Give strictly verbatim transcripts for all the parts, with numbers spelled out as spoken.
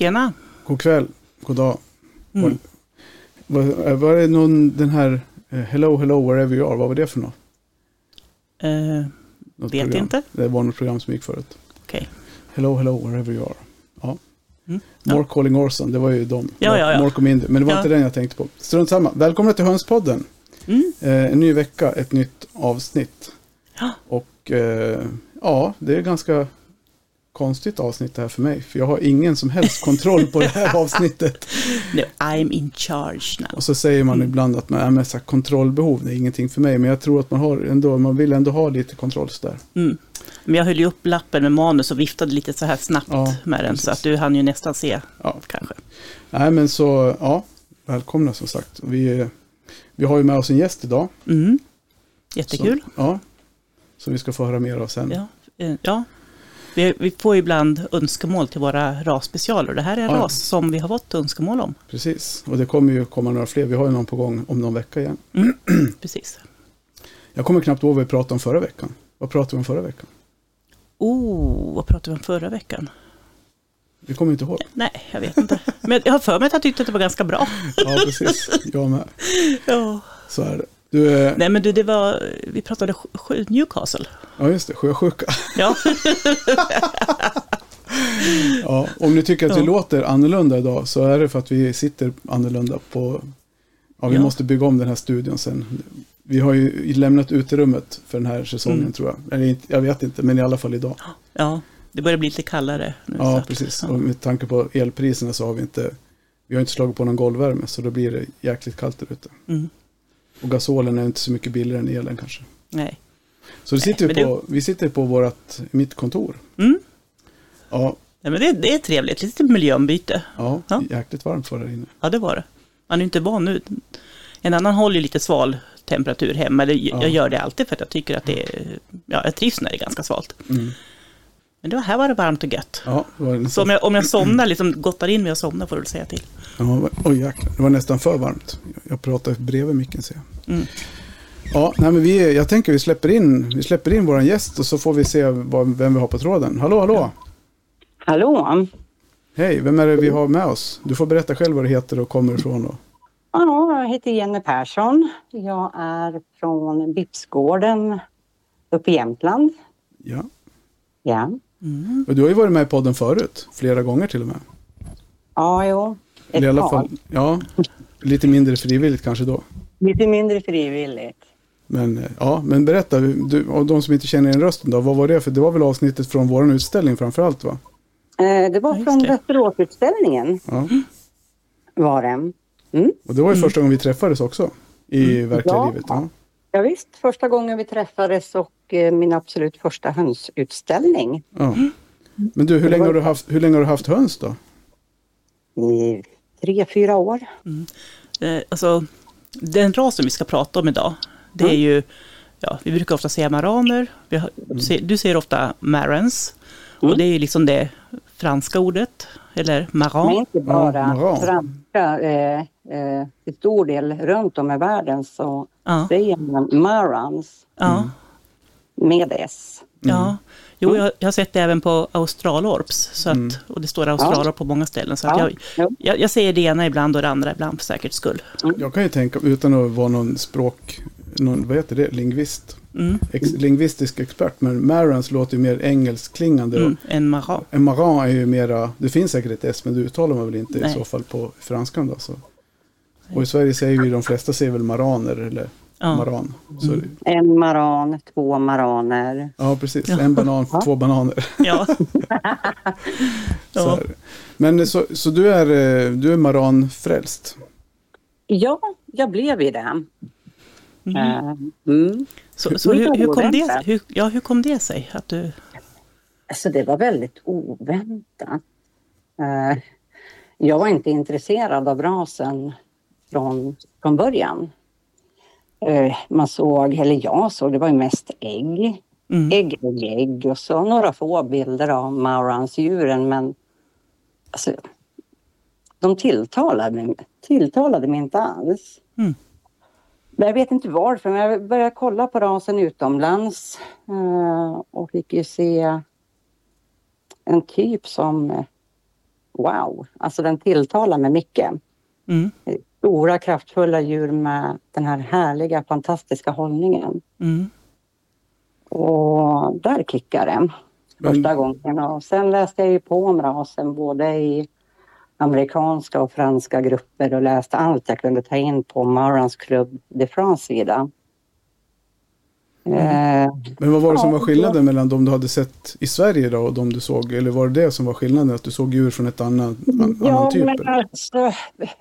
Tjena. God kväll, god dag. Mm. Var, var, var det någon, den här uh, Hello, hello, wherever you are, vad var det för något? Uh, något vet program. inte. Det var något program som gick förut. Okej. Okay. Hello, hello, wherever you are. Ja. Mm. More ja. Calling Orson, det var ju de. Ja, ja, ja. More kom in, men det var ja. inte den jag tänkte på. Strunt samma. Välkomna till Hönspodden. Mm. Uh, en ny vecka, ett nytt avsnitt. Ja. Och uh, ja, det är ganska konstigt avsnitt det här för mig. För jag har ingen som helst kontroll på det här avsnittet. No, I'm in charge now. Och så säger man mm. ibland att man är med så här kontrollbehov. Det är ingenting för mig. Men jag tror att man har ändå, man vill ändå ha lite kontroll så där. Mm. Men jag höll ju upp lappen med manus och viftade lite så här snabbt ja, med den. Precis. Så att du hann ju nästan se ja. kanske. Nej men så, ja. Välkomna som sagt. Vi, vi har ju med oss en gäst idag. Mm. Jättekul. Så, ja. Så vi ska få höra mer av sen. Ja, ja. Vi, vi får ibland önskemål till våra rasspecialer. Det här är en ja. ras som vi har fått önskemål om. Precis, och det kommer ju komma några fler. Vi har ju någon på gång om någon vecka igen. Mm. Precis. Jag kommer knappt ihåg vad vi pratade om förra veckan. Vad pratade vi om förra veckan? Oh, vad pratade vi om förra veckan? Vi kommer inte ihåg. Nej, jag vet inte. Men jag har för mig att jag tyckte att det var ganska bra. Ja, precis. Jag med. Ja. Så är det. Du, eh... Nej, men du, det var... Vi pratade sj- Newcastle. Ja, just det. Sjösjuka. Ja. Ja, om ni tycker att vi ja. låter annorlunda idag så är det för att vi sitter annorlunda på... Ja, vi ja. måste bygga om den här studion sen. Vi har ju lämnat uterummet för den här säsongen mm. tror jag. Eller inte, jag vet inte, men i alla fall idag. Ja, det börjar bli lite kallare nu. Ja, att, precis. Ja. Och med tanke på elpriserna så har vi inte... Vi har inte slagit på någon golvvärme så då blir det jäkligt kallt där ute. Mm. Och gasolen är inte så mycket billigare än elen kanske. Nej. Så det sitter Nej, vi, på, du... vi sitter på vårt, mitt kontor. Mm. Ja. Nej, men det, det är trevligt. Lite miljöombyte. Ja, ja, jäkligt varmt för där inne. Ja, det var det. Man är inte van nu. En annan håller ju lite sval temperatur hemma. Eller, ja. Jag gör det alltid för att jag tycker att det är... Ja, jag trivs när det är ganska svalt. Mm. Men det var, här var det varmt och gött. Ja, det var så om jag, om jag somnar, liksom gottar in med att somna får du säga till. Ja, oj jäklar. Det var nästan för varmt. Jag pratar bredvid micken ser jag. Mm. Ja, nej, men vi, jag tänker vi släpper in vi släpper in våran gäst och så får vi se vad, vem vi har på tråden. Hallå, hallå! Hallå! Hej, vem är det vi har med oss? Du får berätta själv vad du heter och kommer ifrån då. Ja, jag heter Jenny Persson. Jag är från Bipsgården uppe i Jämtland. Ja. Ja. Mm. Och du har ju varit med i podden förut, flera gånger till och med. Ja, jo. Ett I alla fall, ja, lite mindre frivilligt kanske då. Lite mindre frivilligt. Men, ja, men berätta, du, och de som inte känner en rösten då, vad var det? För det var väl avsnittet från vår utställning framförallt va? Eh, det var ja, från det. Västeråsutställningen. Ja. Var det. Mm. Och det var ju mm. första gången vi träffades också i mm. verkliga ja. livet. Ja. Ja visst, första gången vi träffades och eh, min absolut första hönsutställning. Ja. Mm. Men du, hur länge, har du haft, hur länge har du haft höns då? I tre, fyra år. Mm. Eh, alltså, den rasen vi ska prata om idag, det mm. är ju, ja, vi brukar ofta säga maraner. Vi har, mm. du, ser, du ser ofta marans. Mm. Och det är ju liksom det franska ordet, eller maran. Men inte bara ja, maran. franska. Eh, eh, till stor del runt om i världen så ja. säger man marans. Ja. Med S. Mm. Ja, jo, jag, jag har sett det även på australorps. Så att, mm. och det står australer ja. på många ställen. Så att ja. jag, jag, jag säger det ena ibland och det andra ibland för säkerhets skull. Mm. Jag kan ju tänka, utan att vara någon språk, någon, vad heter det, lingvist. Mm. Ex, lingvistisk expert, men marans låter ju mer engelskklingande. Mm. En maran. En maran är ju mera, det finns säkert ett S, men du uttalar man väl inte Nej. i så fall på franskan då. Så. Och i Sverige säger vi, de flesta säger väl maraner eller ja. maran. Så mm. En maran, två maraner. Ja, precis. Ja. En banan för ja. två bananer. Ja. så men så, så du är, du är maranfrälst? Ja, jag blev i det. Mm. Mm. Så, så hur, hur, kom det, hur, ja, hur kom det sig att du... Alltså det var väldigt oväntat. Jag var inte intresserad av rasen från, från början. Man såg, eller jag såg, det var ju mest ägg. Mm. Ägg, ägg, ägg och så några få bilder av Marans-djuren. Men alltså, de tilltalade, tilltalade mig inte alls. Mm. Men jag vet inte varför, men jag började kolla på rasen utomlands och fick ju se en typ som wow, alltså den tilltalar mig mycket. Mm. Stora kraftfulla djur med den här härliga fantastiska hållningen. Mm. Och där klickade det första mm. gången. Och sen läste jag ju på om rasen både i amerikanska och franska grupper och läste allt jag kunde ta in på Marans Club de France sida. Mm. Eh, Men vad var det som var skillnaden mellan de du hade sett i Sverige då och de du såg? Eller var det det som var skillnaden, att du såg djur från ett annat, an, ja, annan typ? Men alltså,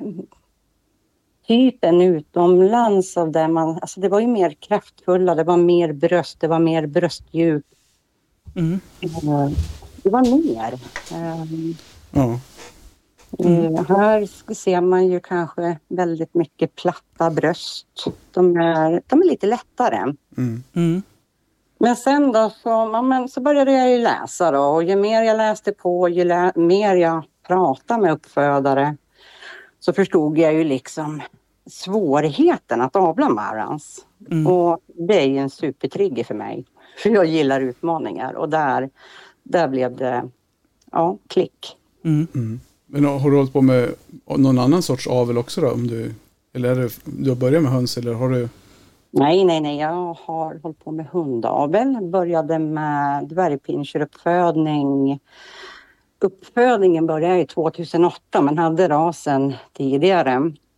typen utomlands av det man, alltså det var ju mer kraftfulla, det var mer bröst, det var mer bröstdjup. Mm. Det var mer. Um, ja. Mm. Här ser man ju kanske väldigt mycket platta bröst. De är, de är lite lättare. Mm. Mm. Men sen då så, ja, men så började jag ju läsa då. Och ju mer jag läste på, ju lä- mer jag pratade med uppfödare, så förstod jag ju liksom svårigheten att avla marans. Mm. Och det är ju en supertrigger för mig. För jag gillar utmaningar. Och där, där blev det, ja, klick. Mm. Mm. Men har du hållit på med någon annan sorts avel också då? Om du, eller är det, du har börjat med höns eller har du? Nej, nej, nej. Jag har hållit på med hundavel. Började med dvärgpinscheruppfödning. Uppfödningen började i tjugohundraåtta men hade rasen tidigare.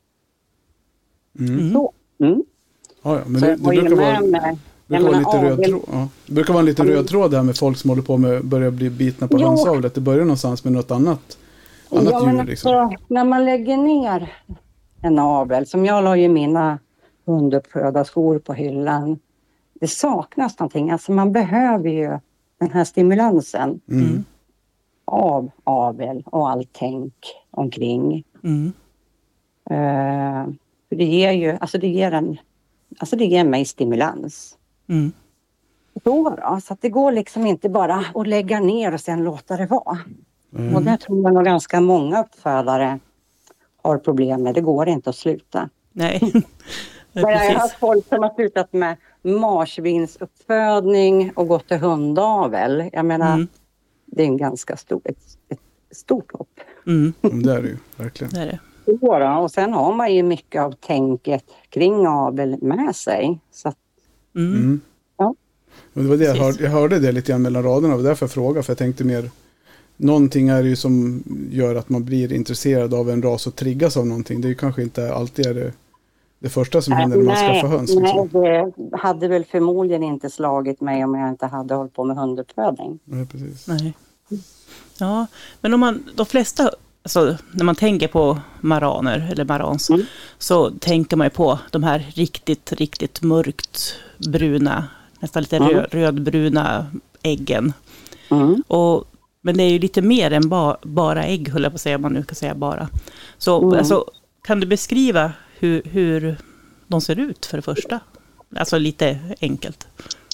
Mm. Så, mm. Ja, ja, men det, det brukar vara, med, brukar vara lite röd tråd. Ja. Det brukar vara en liten röd tråd där med folk som håller på med börjar bli bitna på hönsavel. Att det börjar någonstans med något annat. Annat ja, men djur, liksom. alltså, när man lägger ner en avel, som jag la ju mina hunduppfödarskor på hyllan, det saknas någonting. Alltså man behöver ju den här stimulansen mm. av avel och allt tänk omkring. Mm. Uh, för det ger ju, alltså det ger en, alltså det ger mig stimulans. Mm. Då då, så att det går liksom inte bara att lägga ner och sen låta det vara. Mm. Och det tror jag nog ganska många uppfödare har problem med. Det går inte att sluta. Nej. Men jag har haft folk som har slutat med marsvinsuppfödning och gått till hundavel. Jag menar, mm. det är en ganska stor, ett, ett stort hopp. Mm. Det är det ju, verkligen. Det är det. Och sen har man ju mycket av tänket kring avel med sig. Så att, mm. Mm. Ja. Och det var det jag, hörde, jag hörde det lite grann mellan raderna. Och därför jag frågade, för jag tänkte mer, någonting är ju som gör att man blir intresserad av en ras och triggas av någonting. Det är ju kanske inte alltid är det, det första som händer när man nej, skaffar höns. Nej, liksom. det hade väl förmodligen inte slagit mig om jag inte hade hållit på med hunduppfödning. Ja, precis. Nej. Ja, men om man, de flesta, alltså, när man tänker på maraner eller marans, mm. så tänker man ju på de här riktigt, riktigt mörkt bruna, nästan lite mm. röd, rödbruna äggen. Mm. Och men det är ju lite mer än ba, bara ägg, höll jag på att säga, om man nu kan säga bara. Så mm. alltså, kan du beskriva hur, hur de ser ut för det första? Alltså lite enkelt.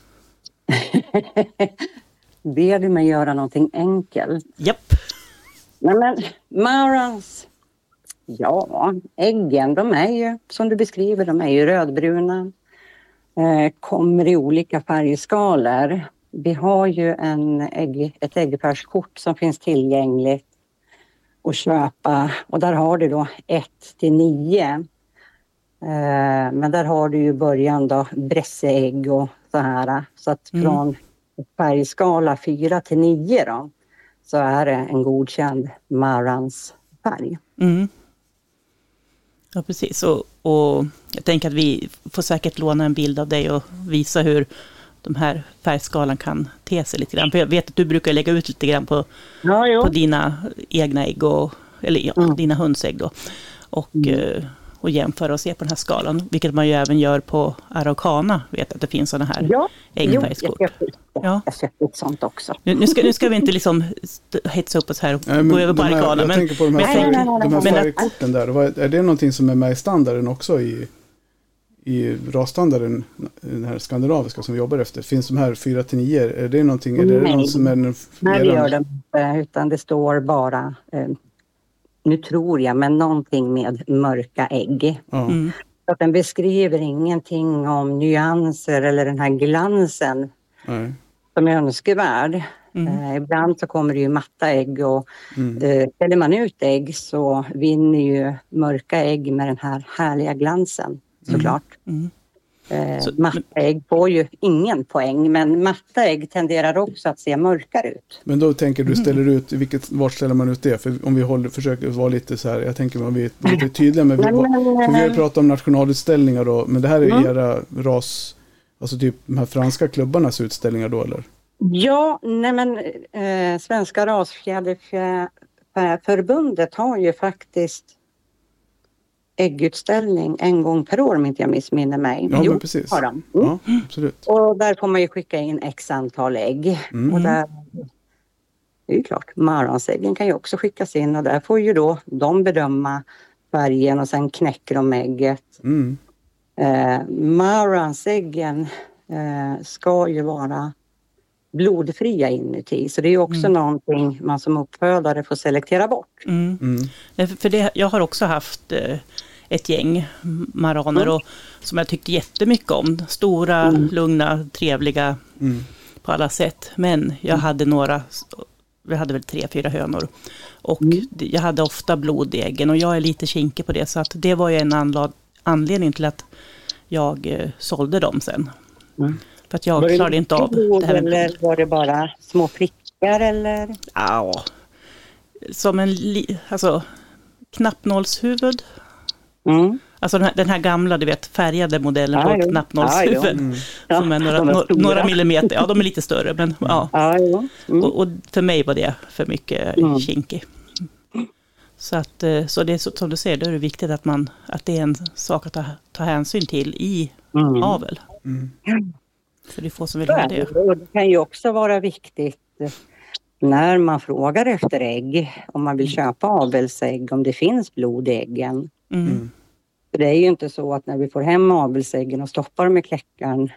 Ber du mig göra någonting enkelt? Japp. Nej men, marans, ja, äggen, de är ju, som du beskriver, de är ju rödbruna. Eh, kommer i olika färgskalor. Vi har ju en ägg, ett äggfärskort som finns tillgängligt att köpa. Och där har du då ett till nio. Eh, men där har du ju början då brässeägg och så här. Så att mm. från färgskala fyra till nio då, så är det en godkänd marans färg. Mm. Ja, precis. Och, och jag tänker att vi får säkert låna en bild av dig och visa hur de här färgskalan kan te sig lite grann. För jag vet att du brukar lägga ut lite grann på, ja, på dina egna ägg, och, eller ja, mm. dina hönsägg då. Och, mm. och jämföra och se på den här skalan. Vilket man ju även gör på Araucana. Vet att det finns sådana här ja, äggfärgskort. Jo, jag ja. Jag köpte ett sånt också. Nu, nu, ska, nu ska vi inte liksom hetsa upp oss här och nej, gå över på Araucana. Jag men, tänker på de här, men, färg, nej, nej, nej, de här men färgkorten där. Är det någonting som är med i standarden också i... i rasstandarden, den här skandinaviska som vi jobbar efter? Finns de här fyra till nio? Är det någonting? Är det nej, någon som är en, nej, det gör det inte, utan det står bara, eh, nu tror jag, men någonting med mörka ägg. Ja. Mm. Så att den beskriver ingenting om nyanser eller den här glansen nej. som är önskvärd. Mm. Eh, ibland så kommer det ju matta ägg och mm. eh, ställer man ut ägg så vinner ju mörka ägg med den här härliga glansen såklart. Mm. Mm. Eh, så, matta ägg får ju ingen poäng, men matta ägg tenderar också att se mörkare ut. Men då tänker du, ställer ut, vilket, vart ställer man ut det? För om vi håller, försöker vara lite så här, jag tänker man vi är lite tydliga med, men, men, för vi har pratat om nationalutställningar då, men det här är mm. era ras, alltså typ de här franska klubbarnas utställningar då, eller? Ja, nej men eh, Svenska Rasfjäderförbundet har ju faktiskt äggutställning en gång per år, om inte jag missminner mig. Ja, jo, men precis. Har de. Mm. Ja, absolut. Och där får man ju skicka in x antal ägg. Mm. Och där, det är ju klart, marransäggen kan ju också skickas in och där får ju då de bedöma färgen och sen knäcker de ägget. Mm. Eh, marransäggen eh, ska ju vara blodfria inuti. Så det är också mm. någonting man som uppfödare får selektera bort. Mm. Mm. För det, jag har också haft eh, ett gäng maraner mm. och, som jag tyckte jättemycket om. Stora, mm. lugna, trevliga mm. på alla sätt. Men jag mm. hade några, vi hade väl tre, fyra hönor. Och mm. jag hade ofta blod i äggen och jag är lite kinkig på det. Så att det var ju en anlad, anledning till att jag eh, sålde dem sen. Mm. För att jag klarade inte av det här med blod. Eller var det bara små prickar eller? Ja, som en li, alltså, knappnålshuvud. Mm. Alltså den här, den här gamla, du vet, färgade modellen på ah, knappnålshuvud. Ah, mm. Som är några, är några millimeter, ja de är lite större. Men, ja. Ah, mm. och, och för mig var det för mycket mm. kinkig. Så, att, så det är som du säger, då är det viktigt att, man, att det är en sak att ta, ta hänsyn till i mm. avel. Mm. För det är få som vill ha det. Och det kan ju också vara viktigt när man frågar efter ägg, om man vill köpa avelsägg, om det finns blod i äggen. Mm. För det är ju inte så att när vi får hem avelsäggen och stoppar dem i kläckaren,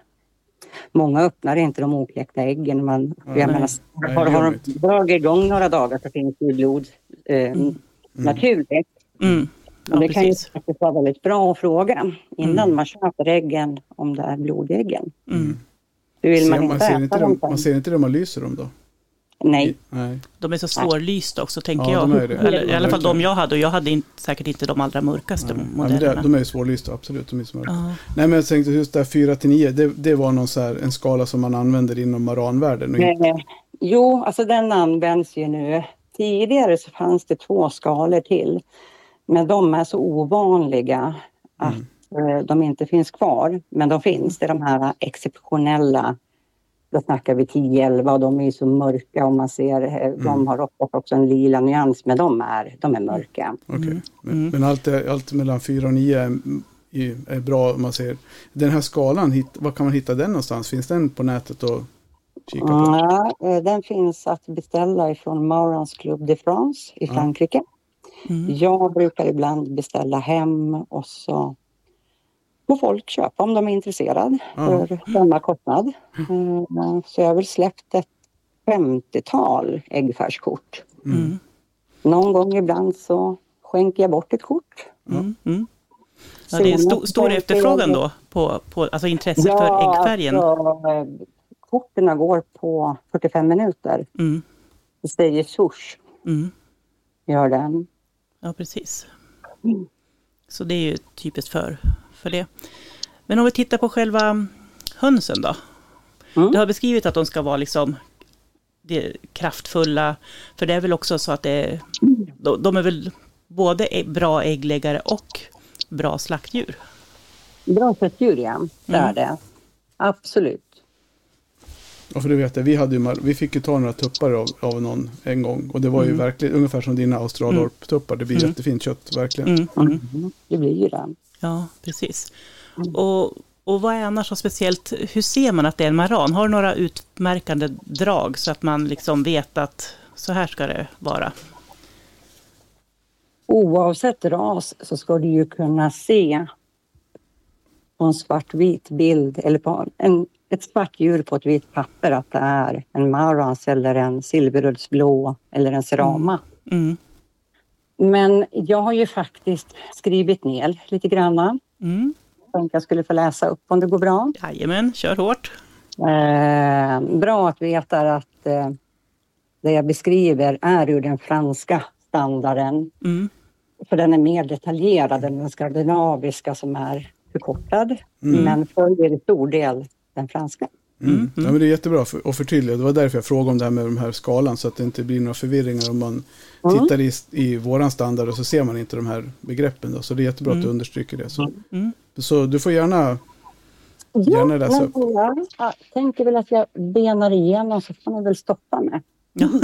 många öppnar inte de okläckta äggen. Man, ja, jag menar, nej, har, har de dragit igång några dagar så finns det ju blod eh, mm. naturligt. Mm. Ja, det kan ju faktiskt vara väldigt bra att fråga innan mm. man köper äggen om det är blodäggen. Mm. Vill man, ser, man, ser inte dem, man ser inte det man lyser dem då? Nej. Nej. De är så svårlysta också, tänker ja, jag. De Eller, I alla fall de jag hade. Och jag hade inte, säkert inte de allra mörkaste Nej. modellerna. Ja, de är ju svårlysta, absolut. De är så mörka. Ja. Nej, men jag tänkte just där fyra till nio, det, det var någon så här, en skala som man använder inom maranvärlden. Nej. Jo, alltså den används ju nu. Tidigare så fanns det två skalor till. Men de är så ovanliga att mm. de inte finns kvar. Men de finns, det är de här exceptionella. Då snackar vi tio elva och de är ju så mörka och man ser, mm. de har också en lila nyans, men de är, de är mörka. Okej, okay. men, mm. men allt, allt mellan fyra och nio är, är bra om man ser. Den här skalan, var kan man hitta den någonstans? Finns den på nätet och kika på? Ja, den finns att beställa ifrån Marans Club de France i Frankrike. Mm. Jag brukar ibland beställa hem och så får folk köpa om de är intresserade ja. för samma kostnad. Mm. Så jag har väl släppt ett femtiotal äggfärskort. Mm. Någon gång ibland så skänker jag bort ett kort. Mm. Mm. Ja, det är en st- stor efterfrågan då på, på alltså intresse ja, för äggfärgen. Alltså, korten går på fyrtiofem minuter. Mm. Det säger swoosh. Mm. Gör den. Ja, precis. Mm. Så det är ju typiskt för, för det. Men om vi tittar på själva hönsen då. Mm. Du har beskrivit att de ska vara liksom det, kraftfulla. För det är väl också så att det, de, de är väl både bra äggläggare och bra slaktdjur. Bra slaktdjur, ja. Det är mm. det. Absolut. Ja, för du vet det, vi, hade ju, vi fick ju ta några tuppar av, av någon en gång. Och det var ju mm. verkligen ungefär som dina australorp-tuppar. Det blir mm. jättefint kött, verkligen. Mm. Mm. Mm. Det blir ju det. Ja, precis. Mm. Och, och vad är annars så speciellt? Hur ser man att det är en maran? Har du några utmärkande drag så att man liksom vet att så här ska det vara? Oavsett ras så ska du ju kunna se på en svartvit bild eller på en, ett svart djur på ett vitt papper att det är en marans eller en silveruddsblå eller en serama. Mm. Mm. Men jag har ju faktiskt skrivit ner lite granna. Mm. Jag tänkte jag skulle få läsa upp om det går bra. Jajamän, kör hårt. Eh, bra att veta att eh, det jag beskriver är ur den franska standarden. Mm. För den är mer detaljerad än den skandinaviska som är förkortad. Mm. Men följer i stor del den franska. Mm. Mm. Ja, men det är jättebra för, att förtydliga. Det var därför jag frågade om det här med de här skalan. Så att det inte blir några förvirringar om man mm. tittar i, i våran standard och så ser man inte de här begreppen. Då. Så det är jättebra mm. att du understryker det. Så, mm. så du får gärna, gärna läsa ja, upp. Jag, jag tänker väl att jag benar igenom så får man väl stoppa mig. Mm.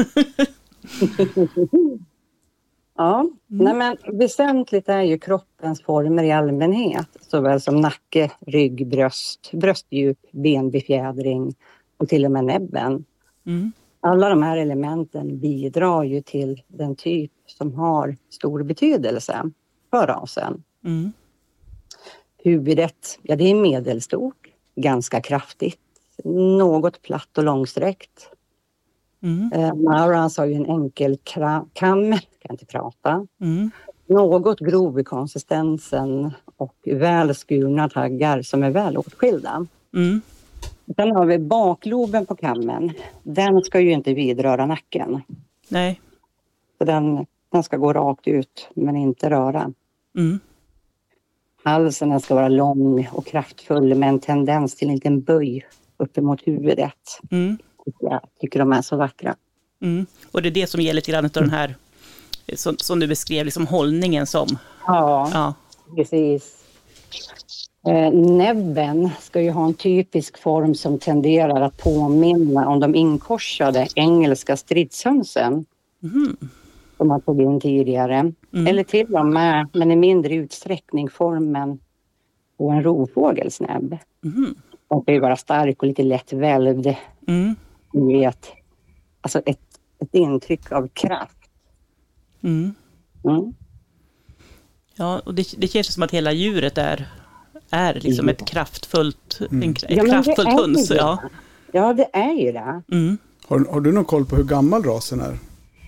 Ja, mm. Nej, men väsentligt är ju kroppens former i allmänhet, såväl som nacke, rygg, bröst, bröstdjup, benbefjädring och till och med näbben. Mm. Alla de här elementen bidrar ju till den typ som har stor betydelse för rasen. Mm. Huvudet, ja det är medelstort, ganska kraftigt, något platt och långsträckt. Mm. Eh, Marans har ju en enkel kra- kam, kan inte prata. Mm. Något grov i konsistensen och väl skurna taggar som är väl åtskilda. Mm. Sen har vi bakloben på kammen. Den ska ju inte vidröra nacken. Nej. Så den, den ska gå rakt ut men inte röra. Mm. Halsen ska vara lång och kraftfull med en tendens till en liten böj uppemot huvudet. Mm. Jag tycker de är så vackra. Mm. Och det är det som gäller till annat av den här som, som du beskrev, liksom hållningen som. Ja, ja. Precis. Eh, näbben ska ju ha en typisk form som tenderar att påminna om de inkorsade engelska stridshönsen. Mm. Som man tog in tidigare. Mm. Eller till och med, men i mindre utsträckning, formen på en rovfågelsnäbb. Mm. Den ska ju vara stark och lite lätt välvd. Mm. Vet, alltså ett, ett intryck av kraft. Mm. Mm. Ja, och det, det känns som att hela djuret är, är liksom ett kraftfullt, mm. en, ett ja, kraftfullt höns. Ja. ja, det är ju det. Mm. Har, har du någon koll på hur gammal rasen är?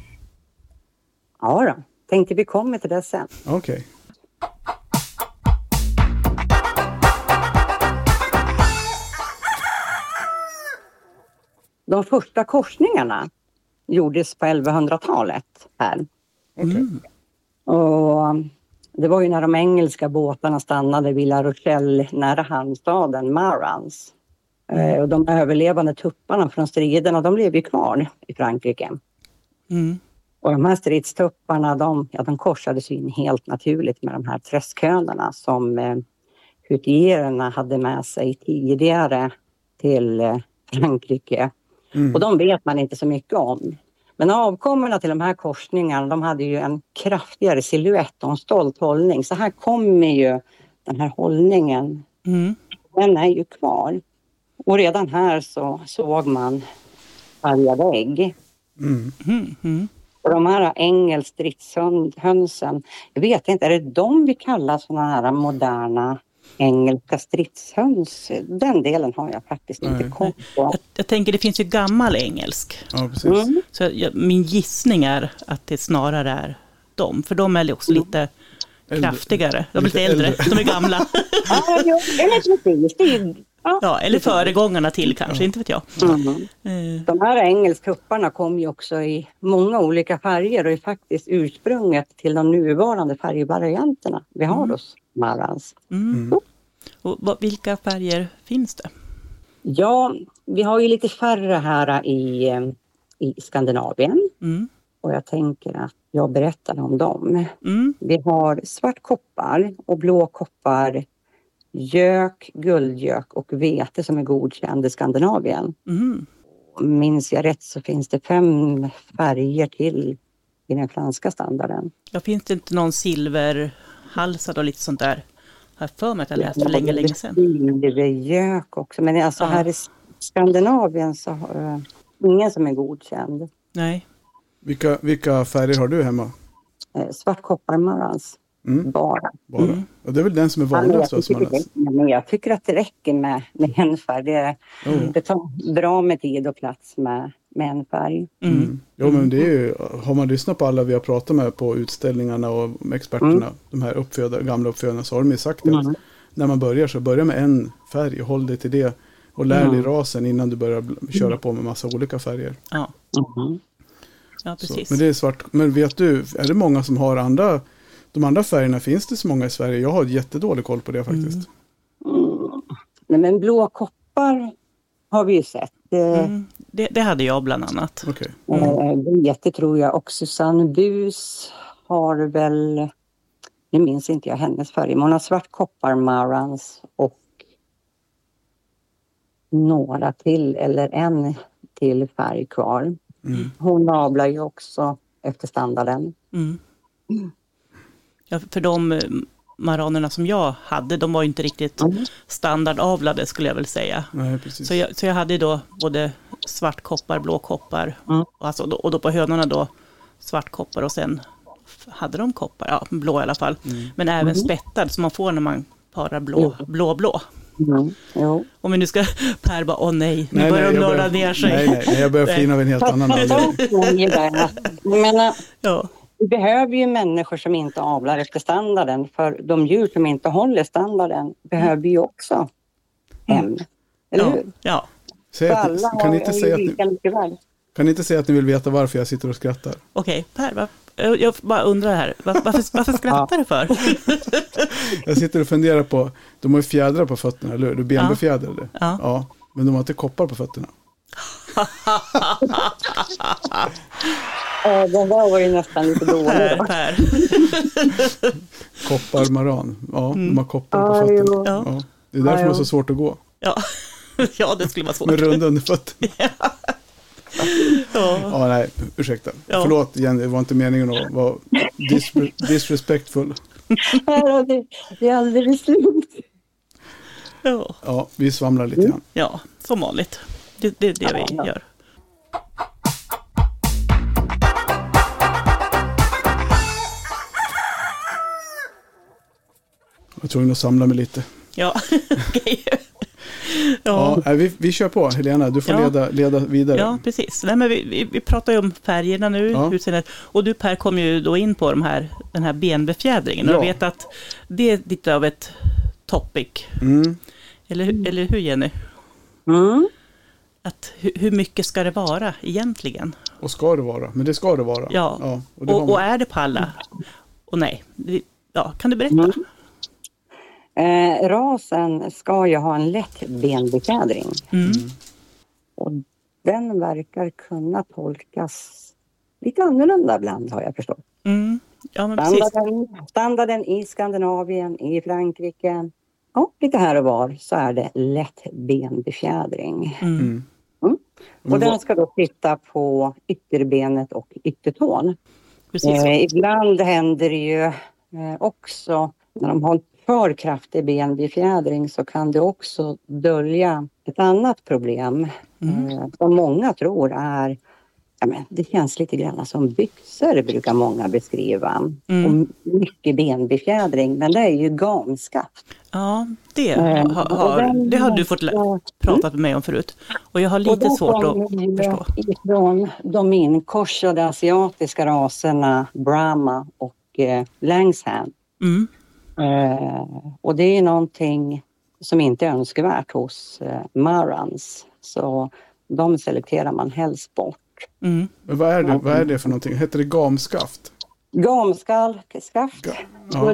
Ja då, tänkte vi kommer till det sen. Okej. Okay. De första korsningarna gjordes på elvahundratalet här. Mm. Och det var ju när de engelska båtarna stannade vid La Rochelle nära hamnstaden Marans. Mm. Och de överlevande tupparna från striderna, de blev ju kvar i Frankrike. Mm. Och de här stridstupparna, de, ja, de korsades in helt naturligt med de här träskhönorna som eh, hutierna hade med sig tidigare till eh, Frankrike. Mm. Och de vet man inte så mycket om. Men avkommorna till de här korsningarna, de hade ju en kraftigare silhuett och en stolt hållning. Så här kommer ju den här hållningen. Mm. Den är ju kvar. Och redan här så såg man färgade ägg. Mm. Mm. Mm. Och de här engelsk stridshönsen, jag vet inte, är det de vi kallar sådana här moderna engelska stridshöns? Den delen har jag faktiskt Nej. inte koll på. Jag, jag tänker det finns ju gammal engelsk. Ja, precis. Mm. Så jag, min gissning är att det snarare är de. För de är också lite äldre. kraftigare. De är lite, lite äldre. äldre. De är gamla. Ja, jo, eller precis. Det är ju... Ja, ja, eller föregångarna till kanske, ja. inte vet jag. Mm. De här engelsktupparna kom ju också i många olika färger och är faktiskt ursprunget till de nuvarande färgvarianterna vi har mm. hos Marans. Mm. Mm. Och vad, vilka färger finns det? Ja, vi har ju lite färre här i, i Skandinavien. Mm. Och jag tänker att jag berättar om dem. Mm. Vi har svartkoppar och blåkoppar, gök, guldgök och vete som är godkänd i Skandinavien. Mm. Minns jag rätt så finns det fem färger till i den franska standarden. Ja, finns det inte någon silverhalsad och lite sånt där? Har jag för mig att jag läste för länge, länge sedan. Silvergök också, men alltså ja. här i Skandinavien så har uh, ingen som är godkänd. Nej. Vilka, vilka färger har du hemma? Eh, svartkoppar Marans. Mm. Bara. Bara. Mm. Och det är väl den som är vanligast? Ja, jag, tycker men jag tycker att det räcker med, med en färg. Det, mm. det tar bra med tid och plats med, med en färg. Mm. Mm. Jo, men det är ju, har man lyssnat på alla vi har pratat med på utställningarna och experterna, mm. de här uppfödare, gamla uppfödarna, så har de ju sagt det. Mm. När man börjar så börja med en färg och håll dig till det. Och lär dig mm. rasen innan du börjar köra på med massa olika färger. Ja. Mm. Ja, precis. Så, men det är svart. Men vet du, är det många som har andra, de andra färgerna, finns det så många i Sverige? Jag har jättedålig koll på det faktiskt. Mm. Mm. Nej, men blå koppar har vi ju sett. Mm. Det, det hade jag bland annat. Okay. Mm. Det jätte tror jag. Och Susanne Bus har väl, nu minns inte jag hennes färg, men hon har svart koppar, marans och några till, eller en till färg kvar. Mm. Hon avlar ju också efter standarden. Mm. Mm. Ja, för de maranerna som jag hade, de var ju inte riktigt mm. standardavlade skulle jag väl säga. Nej, precis. Så, jag, så jag hade då både svartkoppar, blåkoppar mm. och, alltså, och då på hönorna då svartkoppar och sen hade de koppar, ja blå i alla fall. Mm. Men även mm. spättad som man får när man parar blå, blå, blå. Mm. Jo. Om vi nu ska Per bara, åh nej, nu nej, börjar de nörda ner sig. Nej, nej, nej, jag börjar flina av en helt annan anledning. Men ja. Vi behöver ju människor som inte avlar efter standarden, för de djur som inte håller standarden behöver ju också hem. Mm. Eller ja. hur? Ja. Säg att, alla kan, ni inte säga att ni, kan ni inte säga att ni vill veta varför jag sitter och skrattar? Okej, Per, va? Jag bara undrar här, varför, varför skrattar du för? Jag sitter och funderar på, de har ju fjädrar på fötterna, eller hur? Du benbefjädrade. Ja. Ja, men de har inte koppar på fötterna. Ja, den där var ju nästan lite dålig. Per, per. Koppar maran, ja, mm. de har koppar på ah, fötterna. Ja. Ja. Det är därför ah, det är så svårt att gå. Ja, ja det skulle vara svårt. Med runda under fötterna. Ja. Ja. Ja, nej, ursäkta. Ja. Förlåt igen, det var inte meningen att vara dis- disrespectful. Ja, det, det är alldeles lugnt. Ja. Ja, vi svamlar lite grann. Ja, som vanligt. Det, det är det ja, vi ja. gör. Jag var tvungen att samla mig lite. Ja, okej. Okay. Ja, ja vi, vi kör på, Helena. Du får ja. leda, leda vidare. Ja, precis. Nej, men vi, vi, vi pratar ju om färgerna nu. Ja. Utseendet. Och du Per kom ju då in på de här, den här benbefjädringen. Ja. Och jag vet att det är lite av ett topic. Mm. Eller, eller hur, Jenny? Mm. Att, hur, hur mycket ska det vara egentligen? Och ska det vara? Men det ska det vara. Ja, ja och, det och, och är det på alla? Och nej. Ja, kan du berätta? Mm. Eh, rasen ska ju ha en lätt benbefjädring. Mm. Och den verkar kunna tolkas lite annorlunda ibland, har jag förstått. Mm. Ja, men standarden, standarden i Skandinavien, i Frankrike och lite här och var så är det lätt benbefjädring. Mm. Mm. Och den ska då titta på ytterbenet och yttertån. Eh, ibland händer det ju eh, också när de har för kraftig benbefjädring så kan det också dölja ett annat problem mm. eh, som många tror är, ja, men det känns lite grann som byxor brukar många beskriva. Mm. Och mycket benbefjädring, men det är ju gamskaft. Ja, det har, har, det har du fått lä- pratat med mig om förut. Och jag har lite svårt att förstå. Ifrån de inkorsade asiatiska raserna Brahma och eh, Langham. Mm. Eh, och det är någonting som inte är önskvärt hos eh, marans. Så de selekterar man helst bort. Mm. Men vad är det, vad är det för någonting? Heter det gamskaft? Gamskaft. Ga- ja.